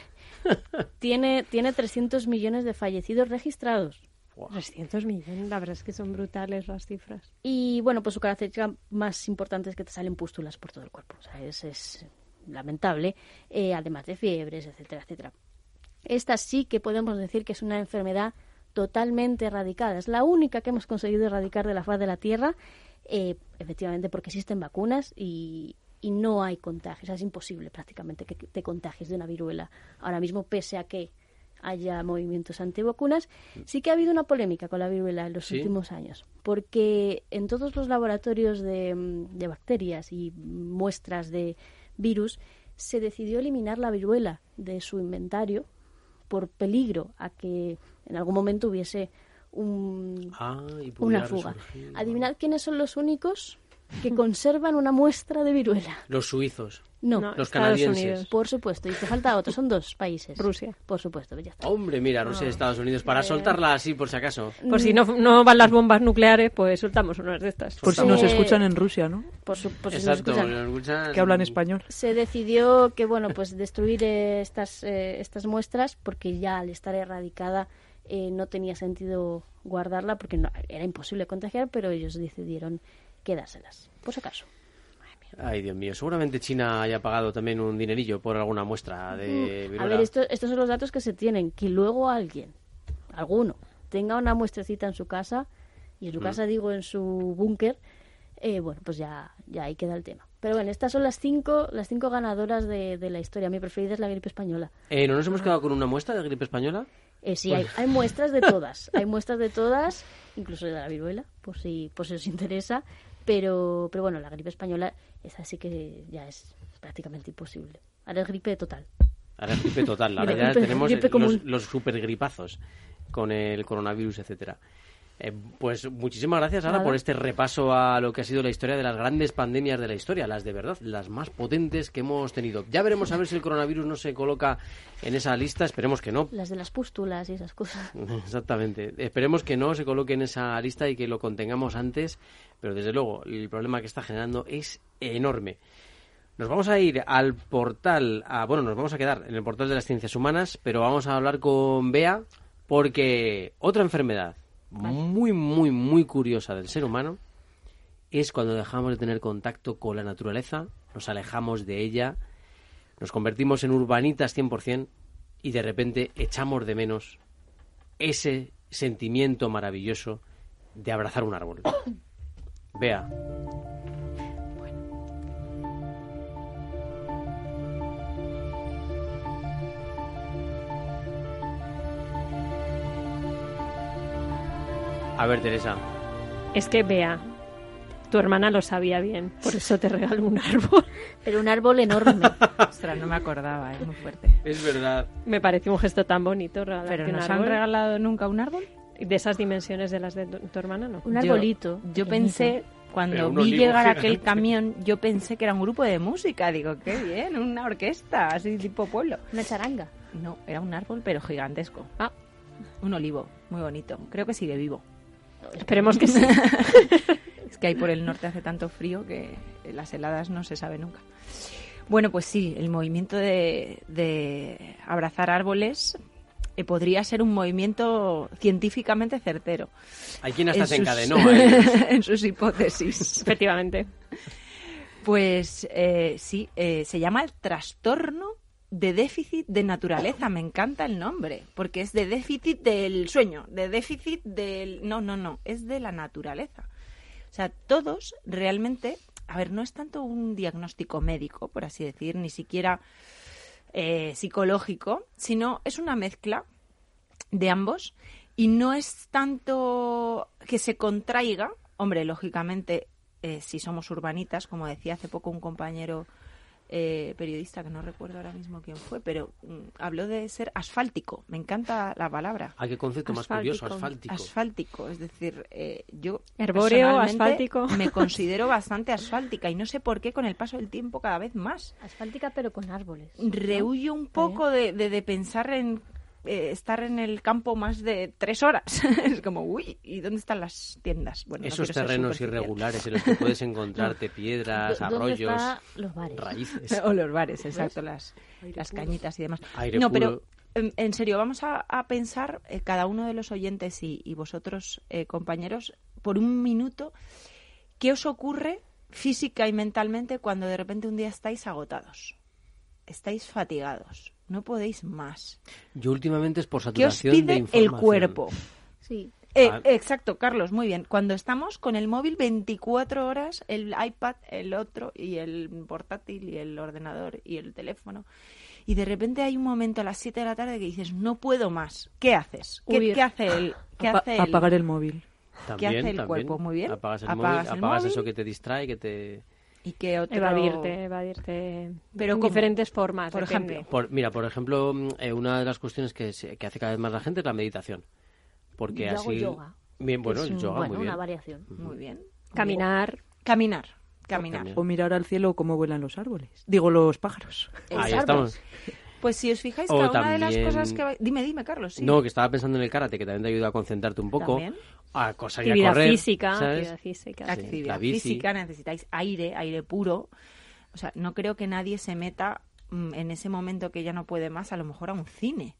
tiene, tiene trescientos millones de fallecidos registrados. trescientos millones, la verdad es que son brutales las cifras. Y bueno, pues su característica más importante es que te salen pústulas por todo el cuerpo. O sea, es, es lamentable, eh, además de fiebres, etcétera, etcétera. esta sí que podemos decir que es una enfermedad totalmente erradicada. Es la única que hemos conseguido erradicar de la faz de la Tierra, eh, efectivamente porque existen vacunas y, y no hay contagios. O sea, es imposible prácticamente que te contagies de una viruela ahora mismo, pese a que haya movimientos antivacunas. Sí que ha habido una polémica con la viruela en los ¿Sí? últimos años, porque en todos los laboratorios de, de bacterias y muestras de virus se decidió eliminar la viruela de su inventario por peligro a que en algún momento hubiese un, Ah, y una pudiera fuga. resurgir. Adivinad quiénes son los únicos que conservan una muestra de viruela. Los suizos. No, No, Los Estados canadienses. Unidos. por supuesto. Y te falta otro, son dos países. Rusia. Por supuesto, ya está. Hombre, mira, Rusia y Estados Unidos. Para soltarla así, por si acaso. Por si no, no van las bombas nucleares, pues soltamos unas de estas. Por si Sí. nos escuchan en Rusia, ¿no? Por, su, por si nos Exacto. escuchan. nos escuchan- Que hablan español. Se decidió que, bueno, pues destruir eh, estas, eh, estas muestras porque ya al estar erradicada eh, no tenía sentido guardarla porque no, era imposible contagiar, pero ellos decidieron quedárselas, por si acaso. Ay, Dios mío. Seguramente China haya pagado también un dinerillo por alguna muestra de A viruela. ver, esto- estos son los datos que se tienen. Que luego alguien, alguno, tenga una muestrecita en su casa, y en su casa digo en su búnker, eh, bueno, pues ya, ya ahí queda el tema. Pero bueno, estas son las cinco, las cinco ganadoras de, de la historia. Mi preferida es la gripe española. Eh, ¿No nos hemos quedado con una muestra de gripe española? Eh, sí, hay, hay muestras de todas. Hay muestras de todas, incluso de la viruela, por si, por si os interesa. Pero, pero bueno, la gripe española, esa sí que ya es prácticamente imposible. Ahora es gripe total. Ahora es gripe total. Ahora Gripe- ya tenemos gripe los, común. los supergripazos con el coronavirus, etcétera. Eh, pues muchísimas gracias, Ana, Nada. por este repaso a lo que ha sido la historia de las grandes pandemias de la historia, las de verdad, las más potentes que hemos tenido. Ya veremos a ver si el coronavirus no se coloca en esa lista, esperemos que no. Las de las pústulas y esas cosas. Exactamente. Esperemos que no se coloque en esa lista y que lo contengamos antes, pero desde luego el problema que está generando es enorme. Nos vamos a ir al portal, a, bueno, nos vamos a quedar en el portal de las ciencias humanas, pero vamos a hablar con Bea porque otra enfermedad muy, muy, muy curiosa del ser humano es cuando dejamos de tener contacto con la naturaleza, nos alejamos de ella, nos convertimos en urbanitas cien por ciento y de repente echamos de menos ese sentimiento maravilloso de abrazar un árbol. Vea. A ver, Teresa. Es que vea, tu hermana lo sabía bien, por eso te regaló un árbol. Pero un árbol enorme. Ostras, no me acordaba, es muy fuerte. Es verdad. Me parece un gesto tan bonito regalarte ¿Pero un nos árbol. han regalado nunca un árbol? De esas dimensiones de las de tu, tu hermana, no. Un Yo- arbolito. Yo, pequeñito. pensé, cuando Pero un vi olivo llegar gigante. aquel camión, yo pensé que era un grupo de música. Digo, qué bien, una orquesta, así tipo pueblo. Una charanga. No, era un árbol, pero gigantesco. Ah, Un olivo, muy bonito. Creo que sigue vivo. esperemos que sí. Es que ahí por el norte hace tanto frío que las heladas no se sabe nunca. Bueno, pues sí, el movimiento de, de abrazar árboles eh, podría ser un movimiento científicamente certero. Hay quien hasta en se sus- encadenó a ellos. en sus hipótesis. Efectivamente. Pues eh, sí, eh, se llama el trastorno de déficit de naturaleza. Me encanta el nombre, porque es de déficit del sueño, de déficit del... No, no, no, es de la naturaleza. O sea, todos realmente... A ver, no es tanto un diagnóstico médico, por así decir, ni siquiera eh, psicológico, sino es una mezcla de ambos y no es tanto que se contraiga. Hombre, lógicamente, eh, si somos urbanitas, como decía hace poco un compañero eh, periodista, que no recuerdo ahora mismo quién fue, pero mm, habló de ser asfáltico. Me encanta la palabra. Ah, qué concepto más Asfáltico. curioso, asfáltico. Asfáltico, es decir, eh, yo Herbóreo, personalmente asfáltico. me considero bastante asfáltica y no sé por qué con el paso del tiempo cada vez más. Asfáltica, pero con árboles. Rehuyo un poco de, de, de pensar en eh, estar en el campo más de tres horas. Es como, uy, ¿y dónde están las tiendas? Bueno, no Esos quiero ser terrenos superficial. irregulares en los que puedes encontrarte piedras, ¿Dónde arroyos, están los bares? raíces. O los bares, exacto, las, las cañitas y demás. Aire no, puro. pero en, en serio, vamos a, a pensar, eh, cada uno de los oyentes y, y vosotros, eh, compañeros, por un minuto, ¿qué os ocurre física y mentalmente cuando de repente un día estáis agotados? Estáis fatigados. no podéis más. Yo últimamente es por ¿Qué os saturación de pide información. el cuerpo? Sí. Eh, Ah. Exacto, Carlos, muy bien. Cuando estamos con el móvil veinticuatro horas, el iPad, el otro, y el portátil, y el ordenador, y el teléfono, y de repente hay un momento a las siete de la tarde que dices, no puedo más. ¿Qué haces? ¿Qué, Huir. ¿qué hace el, qué Apa- hace el, apagar el móvil. También, ¿Qué hace el también. cuerpo? Muy bien. Apagas el Apagas móvil, el apagas móvil. eso que te distrae, que te... y qué otro... Evadirte, evadirte Pero en ¿cómo? diferentes formas, Por depende. ejemplo. Por, mira, por ejemplo, mm, eh, una de las cuestiones que, se- que hace cada vez más la gente es la meditación. Porque Yo así... hago yoga. Bien, bueno, Es el un- yoga, bueno, muy bien. una variación. Muy bien. Caminar. Caminar. Caminar. Caminar. O mirar al cielo cómo vuelan los árboles. Digo, los pájaros. Ahí árboles. estamos. Pues si os fijáis, O cada una de las también- cosas que... va- Dime, dime, Carlos. Sí. No, que estaba pensando en el karate, que también te ayuda a concentrarte un poco. También. A co- salir a Actividad correr, física, ¿sabes? actividad física. Sí, Actividad la bici. física, necesitáis aire, aire puro. O sea, no creo que nadie se meta mm, en ese momento que ya no puede más, a lo mejor a un cine.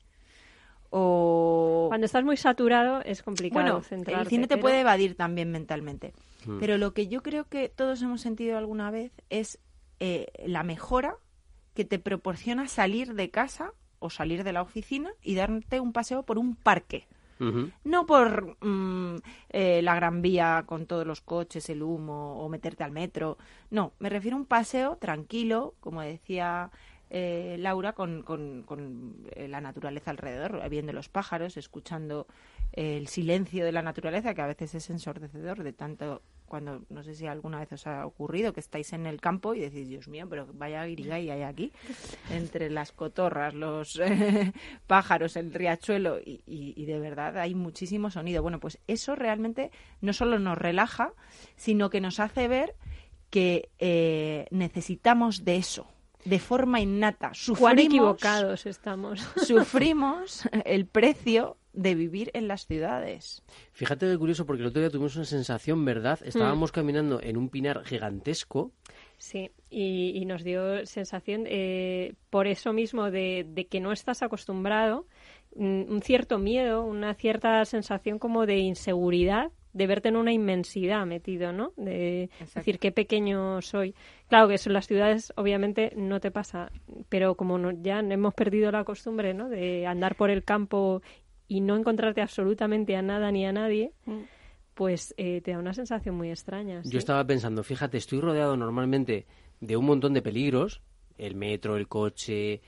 O... Cuando estás muy saturado es complicado Bueno, centrarte. el cine te pero- puede evadir también mentalmente. Mm. Pero lo que yo creo que todos hemos sentido alguna vez es eh, la mejora que te proporciona salir de casa o salir de la oficina y darte un paseo por un parque. Ujú. No por mm, eh, la Gran Vía con todos los coches, el humo o meterte al metro. No, me refiero a un paseo tranquilo, como decía eh, Laura, con, con, con eh, la naturaleza alrededor, viendo los pájaros, escuchando eh, el silencio de la naturaleza, que a veces es ensordecedor de tanto... Cuando, no sé si alguna vez os ha ocurrido que estáis en el campo y decís, Dios mío, pero vaya guirigay hay aquí, entre las cotorras, los eh, pájaros, el riachuelo, y, y, y de verdad hay muchísimo sonido. Bueno, pues eso realmente no solo nos relaja, sino que nos hace ver que eh, necesitamos de eso, de forma innata. Cuán Sufrimos, equivocados estamos. sufrimos el precio de vivir en las ciudades. Fíjate qué curioso, porque el otro día tuvimos una sensación, ¿verdad? Estábamos caminando en un pinar gigantesco. Sí, y, y nos dio sensación, eh, por eso mismo, de, de que no estás acostumbrado, mm, un cierto miedo, una cierta sensación como de inseguridad, de verte en una inmensidad metido, ¿no? De Exacto. decir, qué pequeño soy. Claro que eso en las ciudades obviamente no te pasa, pero como no- ya hemos perdido la costumbre, ¿no? De andar por el campo y no encontrarte absolutamente a nada ni a nadie, pues eh, te da una sensación muy extraña. ¿sí? Yo estaba pensando, fíjate, estoy rodeado normalmente de un montón de peligros, el metro, el coche,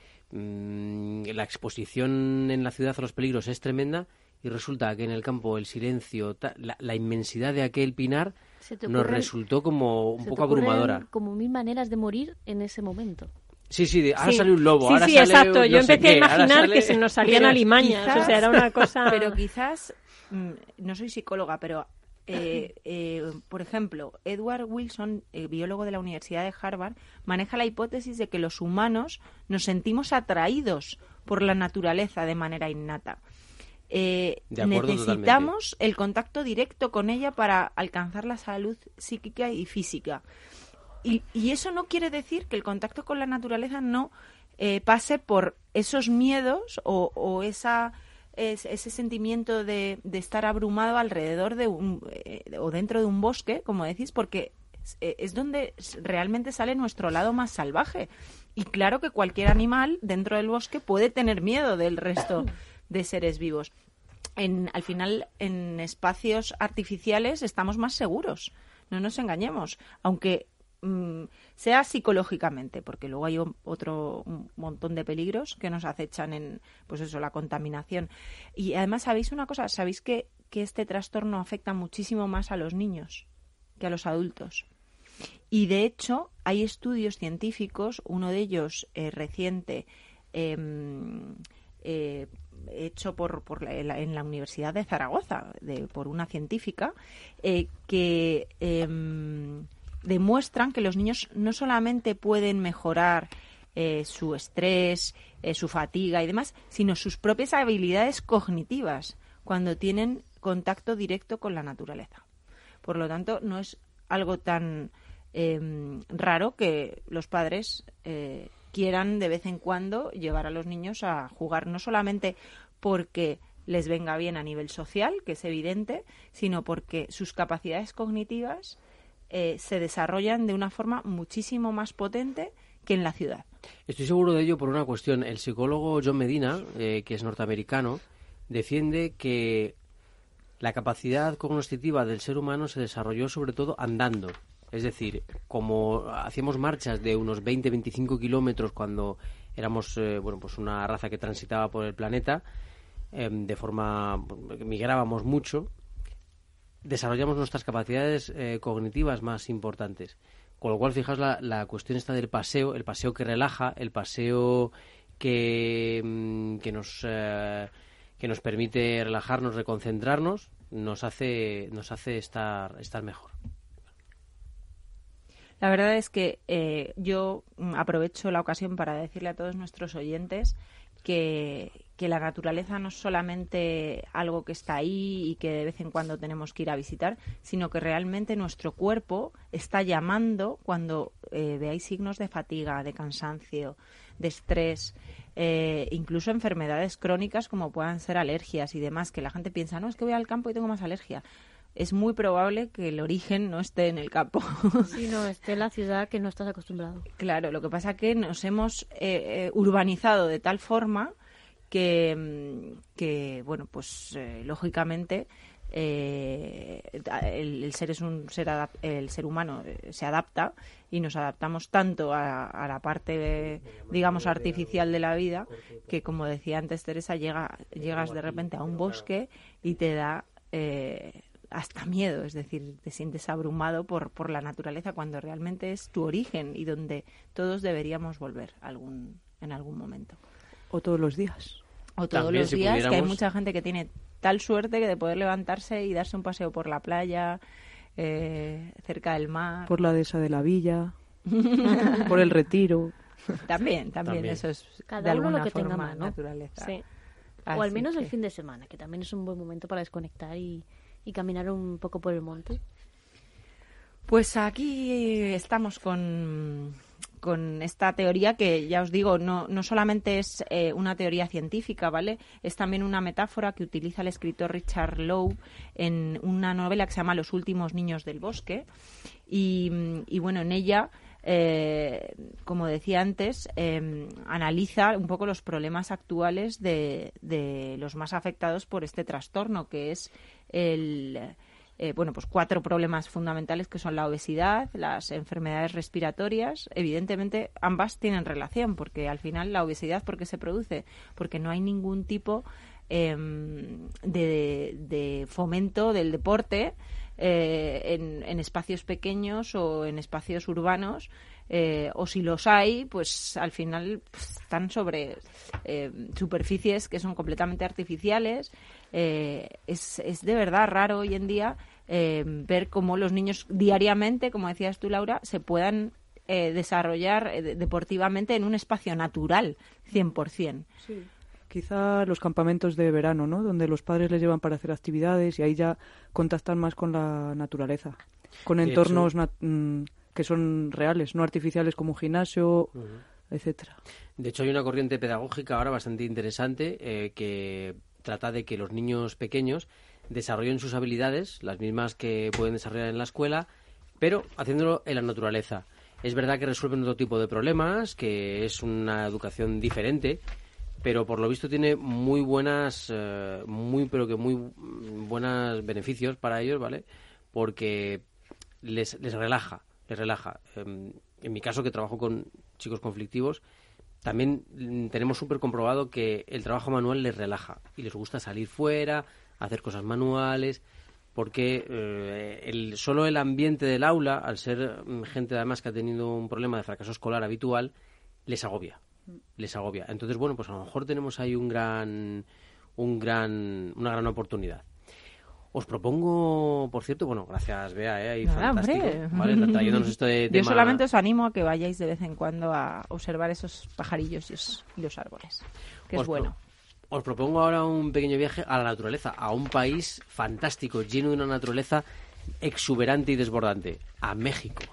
mmm, la exposición en la ciudad a los peligros es tremenda, y resulta que en el campo el silencio, ta- la, la inmensidad de aquel pinar Se te nos ocurren- resultó como un se te poco ocurren abrumadora. como mil maneras de morir en ese momento. Sí, sí, de, ahora Sí. sale un lobo, Sí, ahora sí, sale exacto. no Yo sé empecé a qué, ahora imaginar sale- que se nos salían Pero alimañas. quizás- O sea, era una cosa... Pero quizás, mm, no soy psicóloga, pero, eh, eh, por ejemplo, Edward Wilson, eh, biólogo de la Universidad de Harvard, maneja la hipótesis de que los humanos nos sentimos atraídos por la naturaleza de manera innata. Eh, De acuerdo, necesitamos el contacto directo con ella para alcanzar la salud psíquica y física. Y, y eso no quiere decir que el contacto con la naturaleza no eh, pase por esos miedos o, o esa es- ese sentimiento de, de estar abrumado alrededor de un eh, o dentro de un bosque, como decís, porque es, eh, es donde s- realmente sale nuestro lado más salvaje. Y claro que cualquier animal dentro del bosque puede tener miedo del resto de seres vivos. En, al final, en espacios artificiales estamos más seguros, no nos engañemos, aunque mm, sea psicológicamente, porque luego hay un- otro un montón de peligros que nos acechan en, pues eso, la contaminación. Y además, ¿sabéis una cosa? ¿Sabéis que, que este trastorno afecta muchísimo más a los niños que a los adultos? Y de hecho, hay estudios científicos, uno de ellos eh, reciente, em, eh, hecho por, por la, en la- en la Universidad de Zaragoza, de, por una científica, eh, que em, demuestran que los niños no solamente pueden mejorar eh, su estrés, eh, su fatiga y demás, sino sus propias habilidades cognitivas cuando tienen contacto directo con la naturaleza. Por lo tanto, no es algo tan eh, raro que los padres eh, quieran de vez en cuando llevar a los niños a jugar, no solamente porque les venga bien a nivel social, que es evidente, sino porque sus capacidades cognitivas eh, se desarrollan de una forma muchísimo más potente que en la ciudad. Estoy seguro de ello por una cuestión. El psicólogo John Medina, eh, que es norteamericano, defiende que la capacidad cognitiva del ser humano se desarrolló sobre todo andando. Es decir, como hacíamos marchas de unos veinte a veinticinco kilómetros cuando éramos eh, bueno, pues una raza que transitaba por el planeta, eh, de forma migrábamos mucho, desarrollamos nuestras capacidades eh, cognitivas más importantes. Con lo cual, fijaos la, la cuestión esta del paseo, el paseo que relaja, el paseo que, que nos eh, que nos permite relajarnos, reconcentrarnos, nos hace nos hace estar estar mejor. La verdad es que eh, yo aprovecho la ocasión para decirle a todos nuestros oyentes que, que la naturaleza no es solamente algo que está ahí y que de vez en cuando tenemos que ir a visitar, sino que realmente nuestro cuerpo está llamando cuando eh, veáis signos de fatiga, de cansancio, de estrés, eh, incluso enfermedades crónicas como puedan ser alergias y demás, que la gente piensa, no, es que voy al campo y tengo más alergia. Es muy probable que el origen no esté en el campo. Sí, no, esté en la ciudad que no estás acostumbrado. Claro, lo que pasa es que nos hemos eh, eh, urbanizado de tal forma que, que bueno, pues eh, lógicamente eh, el, el ser es un ser adap- el ser humano eh, se adapta y nos adaptamos tanto a, a la parte, digamos, artificial de la vida que, como decía antes Teresa, llega, llegas de repente a un bosque y te da eh, hasta miedo, es decir, te sientes abrumado por, por la naturaleza cuando realmente es tu origen y donde todos deberíamos volver algún, en algún momento. O todos los días. O todos También, los si días, pudiéramos... que hay mucha gente que tiene tal suerte que de poder levantarse y darse un paseo por la playa, eh, cerca del mar. Por la dehesa de la villa, por el Retiro. También, también, También. eso es Cada de uno alguna lo que forma tenga más, ¿no? naturaleza. Sí. Así O al menos que- el fin de semana, que también es un buen momento para desconectar y, y caminar un poco por el monte. Pues aquí estamos con, con esta teoría que, ya os digo, no, no solamente es eh, una teoría científica, ¿vale? Es también una metáfora que utiliza el escritor Richard Loeb en una novela que se llama Los últimos niños del bosque. Y, y bueno, en ella, eh, como decía antes, eh, analiza un poco los problemas actuales de, de los más afectados por este trastorno, que es el... Eh, bueno, pues cuatro problemas fundamentales que son la obesidad, las enfermedades respiratorias. Evidentemente, ambas tienen relación, porque al final la obesidad, ¿por qué se produce? Porque no hay ningún tipo eh, de, de fomento del deporte eh, en, en espacios pequeños o en espacios urbanos. Eh, o si los hay, pues al final pues, están sobre eh, superficies que son completamente artificiales. Eh, es, es de verdad raro hoy en día eh, ver cómo los niños diariamente, como decías tú, Laura, se puedan eh, desarrollar eh, deportivamente en un espacio natural, cien por ciento. Sí. Quizá los campamentos de verano, ¿no? Donde los padres les llevan para hacer actividades y ahí ya contactan más con la naturaleza, con De entornos hecho- nat- mm, que son reales, no artificiales como un gimnasio, Ujú. etcétera. De hecho, hay una corriente pedagógica ahora bastante interesante eh, que trata de que los niños pequeños desarrollen sus habilidades, las mismas que pueden desarrollar en la escuela, pero haciéndolo en la naturaleza. Es verdad que resuelven otro tipo de problemas, que es una educación diferente, pero por lo visto tiene muy buenas, eh, muy pero que muy buenos beneficios para ellos, ¿vale? Porque les, les relaja, les relaja. Eh, en mi caso, que trabajo con chicos conflictivos, también mm, tenemos súper comprobado que el trabajo manual les relaja y les gusta salir fuera, hacer cosas manuales, porque eh, el, solo el ambiente del aula, al ser mm, gente además que ha tenido un problema de fracaso escolar habitual, les agobia, les agobia. Entonces, bueno, pues a lo mejor tenemos ahí un gran, un gran, una gran oportunidad. Os propongo, por cierto, bueno, gracias, Bea, ¿eh? Ahí Nada, fantástico, hombre. ¿vale? Trayéndonos esto de Yo tema... solamente os animo a que vayáis de vez en cuando a observar esos pajarillos y, os- y los árboles, que Os es bueno. pro- Os propongo ahora un pequeño viaje a la naturaleza, a un país fantástico, lleno de una naturaleza exuberante y desbordante, a México.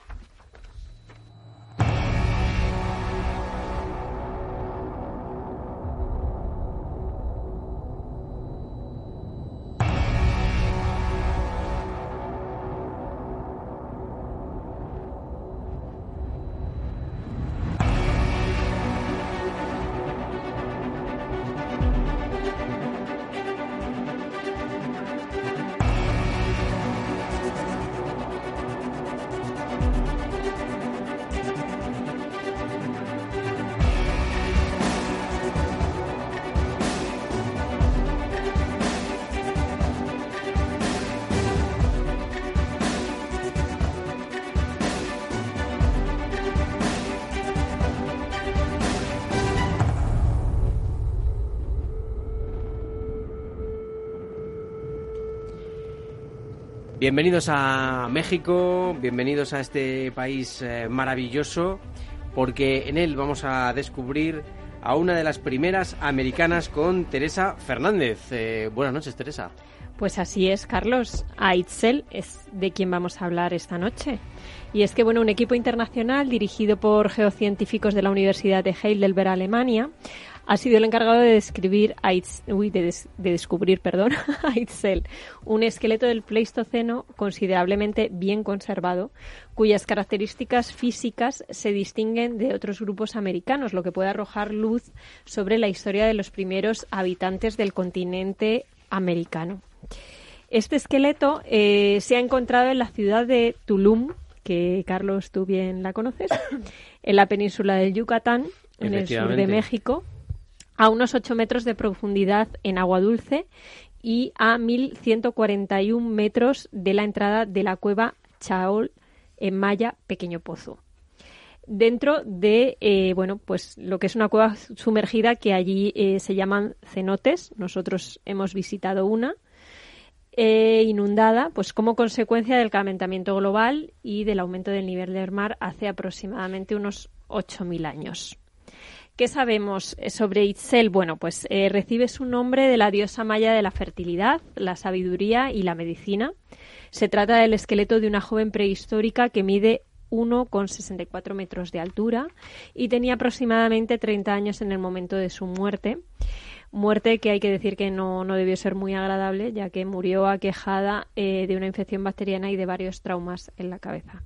Bienvenidos a México, bienvenidos a este país eh, maravilloso, porque en él vamos a descubrir a una de las primeras americanas con Teresa Fernández. Eh, buenas noches, Teresa. Pues así es, Carlos. A Itzel es de quien vamos a hablar esta noche. Y es que, bueno, un equipo internacional dirigido por geocientíficos de la Universidad de Heidelberg, Alemania, ha sido el encargado de describir a Itz, uy, de, des, de descubrir, perdón, a Itzel, un esqueleto del Pleistoceno considerablemente bien conservado, cuyas características físicas se distinguen de otros grupos americanos, lo que puede arrojar luz sobre la historia de los primeros habitantes del continente americano. Este esqueleto eh, se ha encontrado en la ciudad de Tulum, que, Carlos, tú bien la conoces, en la península del Yucatán, en el sur de México, a unos ocho metros de profundidad en agua dulce y a mil ciento cuarenta y un metros de la entrada de la cueva Chaol en Maya, Pequeño Pozo. Dentro de eh, bueno, pues lo que es una cueva sumergida que allí eh, se llaman cenotes. Nosotros hemos visitado una. Eh, inundada, pues como consecuencia del calentamiento global y del aumento del nivel del mar hace aproximadamente unos ocho mil años. ¿Qué sabemos sobre Itzel? Bueno, pues eh, recibe su nombre de la diosa maya de la fertilidad, la sabiduría y la medicina. Se trata del esqueleto de una joven prehistórica que mide uno coma sesenta y cuatro metros de altura y tenía aproximadamente treinta años en el momento de su muerte. Muerte que hay que decir que no, no debió ser muy agradable, ya que murió aquejada eh, de una infección bacteriana y de varios traumas en la cabeza.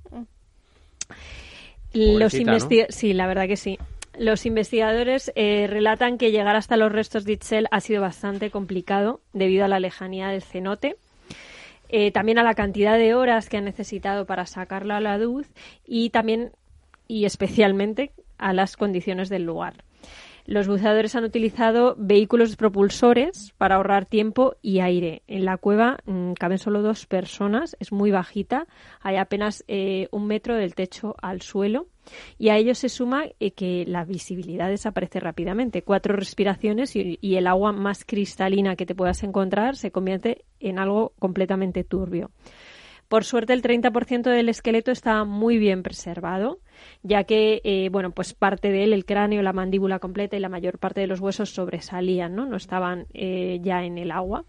Los investi- ¿no? Sí, la verdad que sí. Los investigadores eh, relatan que llegar hasta los restos de Itzel ha sido bastante complicado debido a la lejanía del cenote, eh, también a la cantidad de horas que han necesitado para sacarla a la luz y también y especialmente a las condiciones del lugar. Los buceadores han utilizado vehículos propulsores para ahorrar tiempo y aire. En la cueva mmm, caben solo dos personas, es muy bajita, hay apenas eh, un metro del techo al suelo y a ello se suma eh, que la visibilidad desaparece rápidamente. Cuatro respiraciones y, y el agua más cristalina que te puedas encontrar se convierte en algo completamente turbio. Por suerte, el treinta por ciento del esqueleto está muy bien preservado, ya que, eh, bueno, pues parte de él, el cráneo, la mandíbula completa y la mayor parte de los huesos sobresalían, ¿no? No estaban eh, ya en el agua.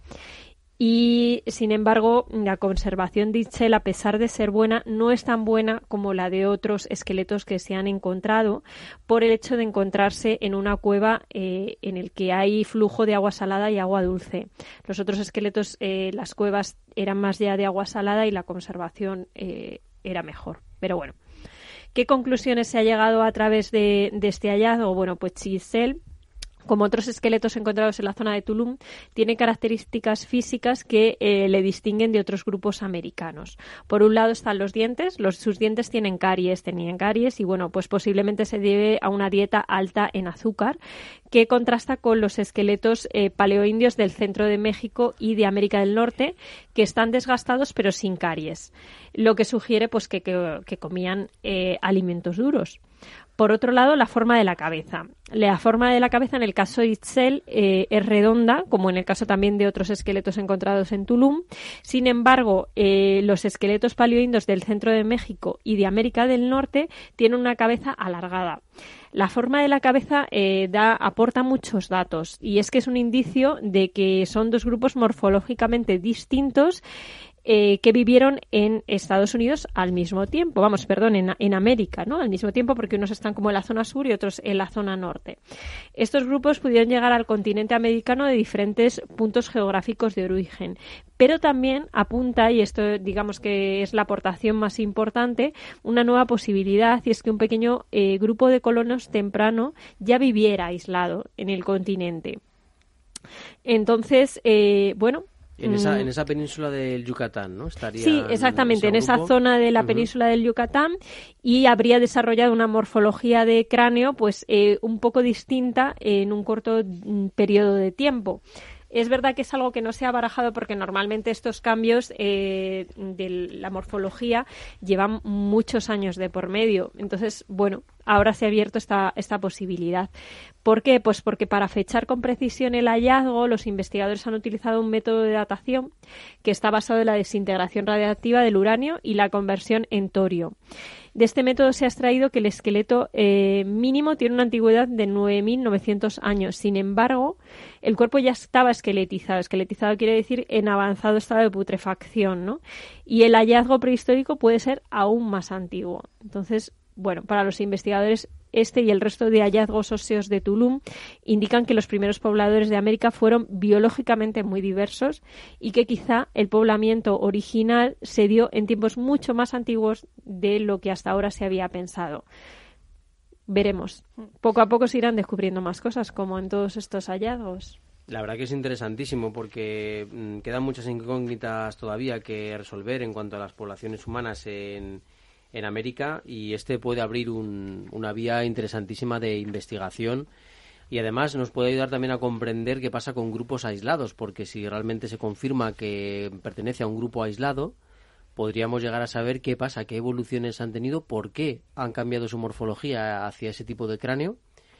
Y, sin embargo, la conservación de Itzel, a pesar de ser buena, no es tan buena como la de otros esqueletos que se han encontrado por el hecho de encontrarse en una cueva eh, en el que hay flujo de agua salada y agua dulce. Los otros esqueletos, eh, las cuevas eran más ya de agua salada y la conservación eh, era mejor. Pero bueno, ¿qué conclusiones se ha llegado a través de, de este hallazgo? Bueno, pues Itzel, como otros esqueletos encontrados en la zona de Tulum, tiene características físicas que eh, le distinguen de otros grupos americanos. Por un lado están los dientes, los, sus dientes tienen caries, tenían caries y bueno, pues posiblemente se debe a una dieta alta en azúcar que contrasta con los esqueletos eh, paleoindios del centro de México y de América del Norte que están desgastados pero sin caries, lo que sugiere pues que, que, que comían eh, alimentos duros. Por otro lado, la forma de la cabeza. La forma de la cabeza en el caso de Itzel eh, es redonda, como en el caso también de otros esqueletos encontrados en Tulum. Sin embargo, eh, los esqueletos paleoindios del centro de México y de América del Norte tienen una cabeza alargada. La forma de la cabeza eh, da, aporta muchos datos y es que es un indicio de que son dos grupos morfológicamente distintos Eh, que vivieron en Estados Unidos al mismo tiempo, vamos, perdón, en, en América, ¿no? Al mismo tiempo porque unos están como en la zona sur y otros en la zona norte. Estos grupos pudieron llegar al continente americano de diferentes puntos geográficos de origen, pero también apunta, y esto digamos que es la aportación más importante, una nueva posibilidad, y es que un pequeño eh, grupo de colonos temprano ya viviera aislado en el continente. Entonces, eh, bueno, En esa, en esa península del Yucatán, ¿no? Estaría sí, exactamente, en esa zona de la uh-huh. península del Yucatán y habría desarrollado una morfología de cráneo pues eh, un poco distinta en un corto periodo de tiempo. Es verdad que es algo que no se ha barajado porque normalmente estos cambios eh, de la morfología llevan muchos años de por medio. Entonces, bueno, ahora se ha abierto esta, esta posibilidad. ¿Por qué? Pues porque para fechar con precisión el hallazgo, los investigadores han utilizado un método de datación que está basado en la desintegración radiactiva del uranio y la conversión en torio. De este método se ha extraído que el esqueleto eh, mínimo tiene una antigüedad de nueve mil novecientos años. Sin embargo, el cuerpo ya estaba esqueletizado. Esqueletizado quiere decir en avanzado estado de putrefacción, ¿no? Y el hallazgo prehistórico puede ser aún más antiguo. Entonces, bueno, para los investigadores, este y el resto de hallazgos óseos de Tulum indican que los primeros pobladores de América fueron biológicamente muy diversos y que quizá el poblamiento original se dio en tiempos mucho más antiguos de lo que hasta ahora se había pensado. Veremos. Poco a poco se irán descubriendo más cosas, como en todos estos hallazgos. La verdad que es interesantísimo porque mmm, quedan muchas incógnitas todavía que resolver en cuanto a las poblaciones humanas en... en América, y este puede abrir un, una vía interesantísima de investigación y además nos puede ayudar también a comprender qué pasa con grupos aislados, porque si realmente se confirma que pertenece a un grupo aislado, podríamos llegar a saber qué pasa, qué evoluciones han tenido, por qué han cambiado su morfología hacia ese tipo de cráneo,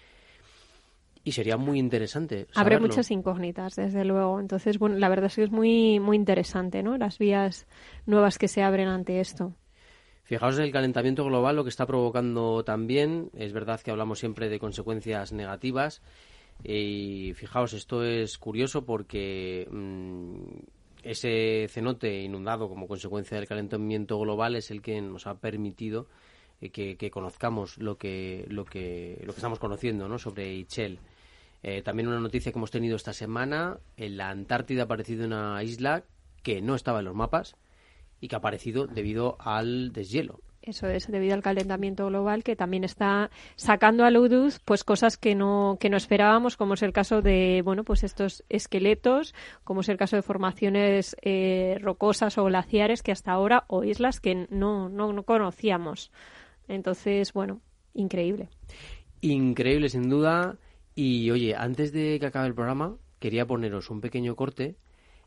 y sería muy interesante saberlo. Habrá muchas incógnitas, desde luego. Entonces, bueno, la verdad es que es muy, muy interesante, ¿no? Las vías nuevas que se abren ante esto. Fijaos en el calentamiento global, lo que está provocando también. Es verdad que hablamos siempre de consecuencias negativas. Y fijaos, esto es curioso porque mmm, ese cenote inundado como consecuencia del calentamiento global es el que nos ha permitido eh, que, que conozcamos lo que, lo que, lo que estamos conociendo, ¿no?, sobre Itzel. Eh, también una noticia que hemos tenido esta semana: en la Antártida ha aparecido una isla que no estaba en los mapas y que ha aparecido debido al deshielo. Eso es, debido al calentamiento global, que también está sacando a luz pues cosas que no que no esperábamos, como es el caso de bueno pues estos esqueletos, como es el caso de formaciones eh, rocosas o glaciares que hasta ahora, o islas que no, no, no conocíamos. Entonces, bueno, increíble. Increíble, sin duda. Y oye, antes de que acabe el programa, quería poneros un pequeño corte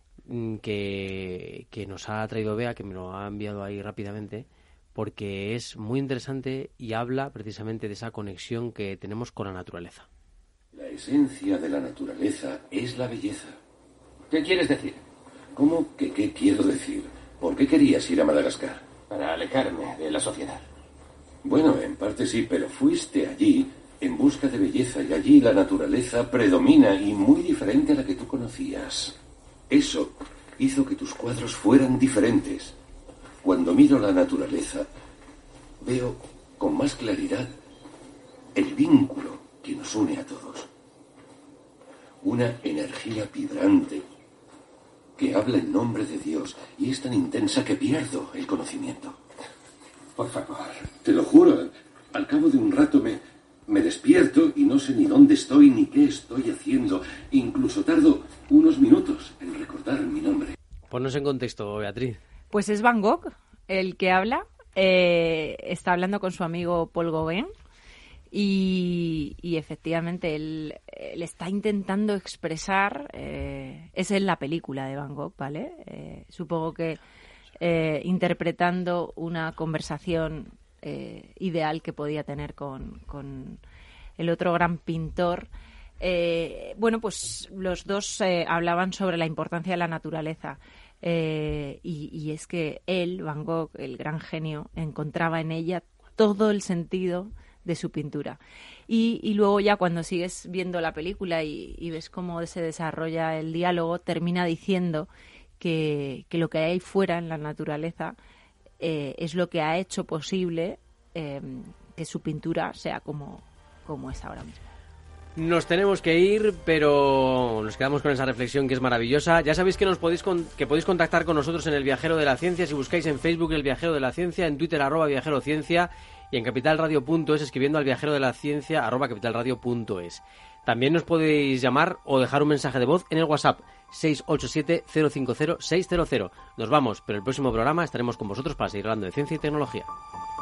que, que nos ha traído Bea, que me lo ha enviado ahí rápidamente, porque es muy interesante y habla precisamente de esa conexión que tenemos con la naturaleza. La esencia de la naturaleza es la belleza. ¿Qué quieres decir? ¿Cómo que qué quiero decir? ¿Por qué querías ir a Madagascar? Para alejarme de la sociedad. Bueno, en parte sí, pero fuiste allí en busca de belleza y allí la naturaleza predomina y muy diferente a la que tú conocías. Eso hizo que tus cuadros fueran diferentes. Cuando miro la naturaleza, veo con más claridad el vínculo que nos une a todos. Una energía vibrante que habla en nombre de Dios y es tan intensa que pierdo el conocimiento. Por favor, te lo juro, al cabo de un rato me, me despierto y no sé ni dónde estoy ni qué estoy haciendo. Incluso tardo unos minutos en recordar mi nombre. Ponnos en contexto, Beatriz. Pues es Van Gogh el que habla. Eh, está hablando con su amigo Paul Gauguin y, y efectivamente él, él está intentando expresar, eh, es en la película de Van Gogh, ¿vale? Eh, supongo que eh, interpretando una conversación eh, ideal que podía tener con, con el otro gran pintor. Eh, bueno, pues los dos eh, hablaban sobre la importancia de la naturaleza. Eh, y, y es que él, Van Gogh, el gran genio, encontraba en ella todo el sentido de su pintura. Y, y luego ya cuando sigues viendo la película y, y ves cómo se desarrolla el diálogo, termina diciendo que, que lo que hay fuera en la naturaleza eh, es lo que ha hecho posible eh, que su pintura sea como, como es ahora mismo. Nos tenemos que ir, pero nos quedamos con esa reflexión que es maravillosa. Ya sabéis que nos podéis con, que podéis contactar con nosotros en El Viajero de la Ciencia si buscáis en Facebook El Viajero de la Ciencia, en Twitter arroba Viajero Ciencia y en capitalradio punto es escribiendo al Viajero de la Ciencia arroba capitalradio punto es. También nos podéis llamar o dejar un mensaje de voz en el WhatsApp seis ocho siete cero cinco cero seis cero cero. Nos vamos, pero el próximo programa estaremos con vosotros para seguir hablando de ciencia y tecnología.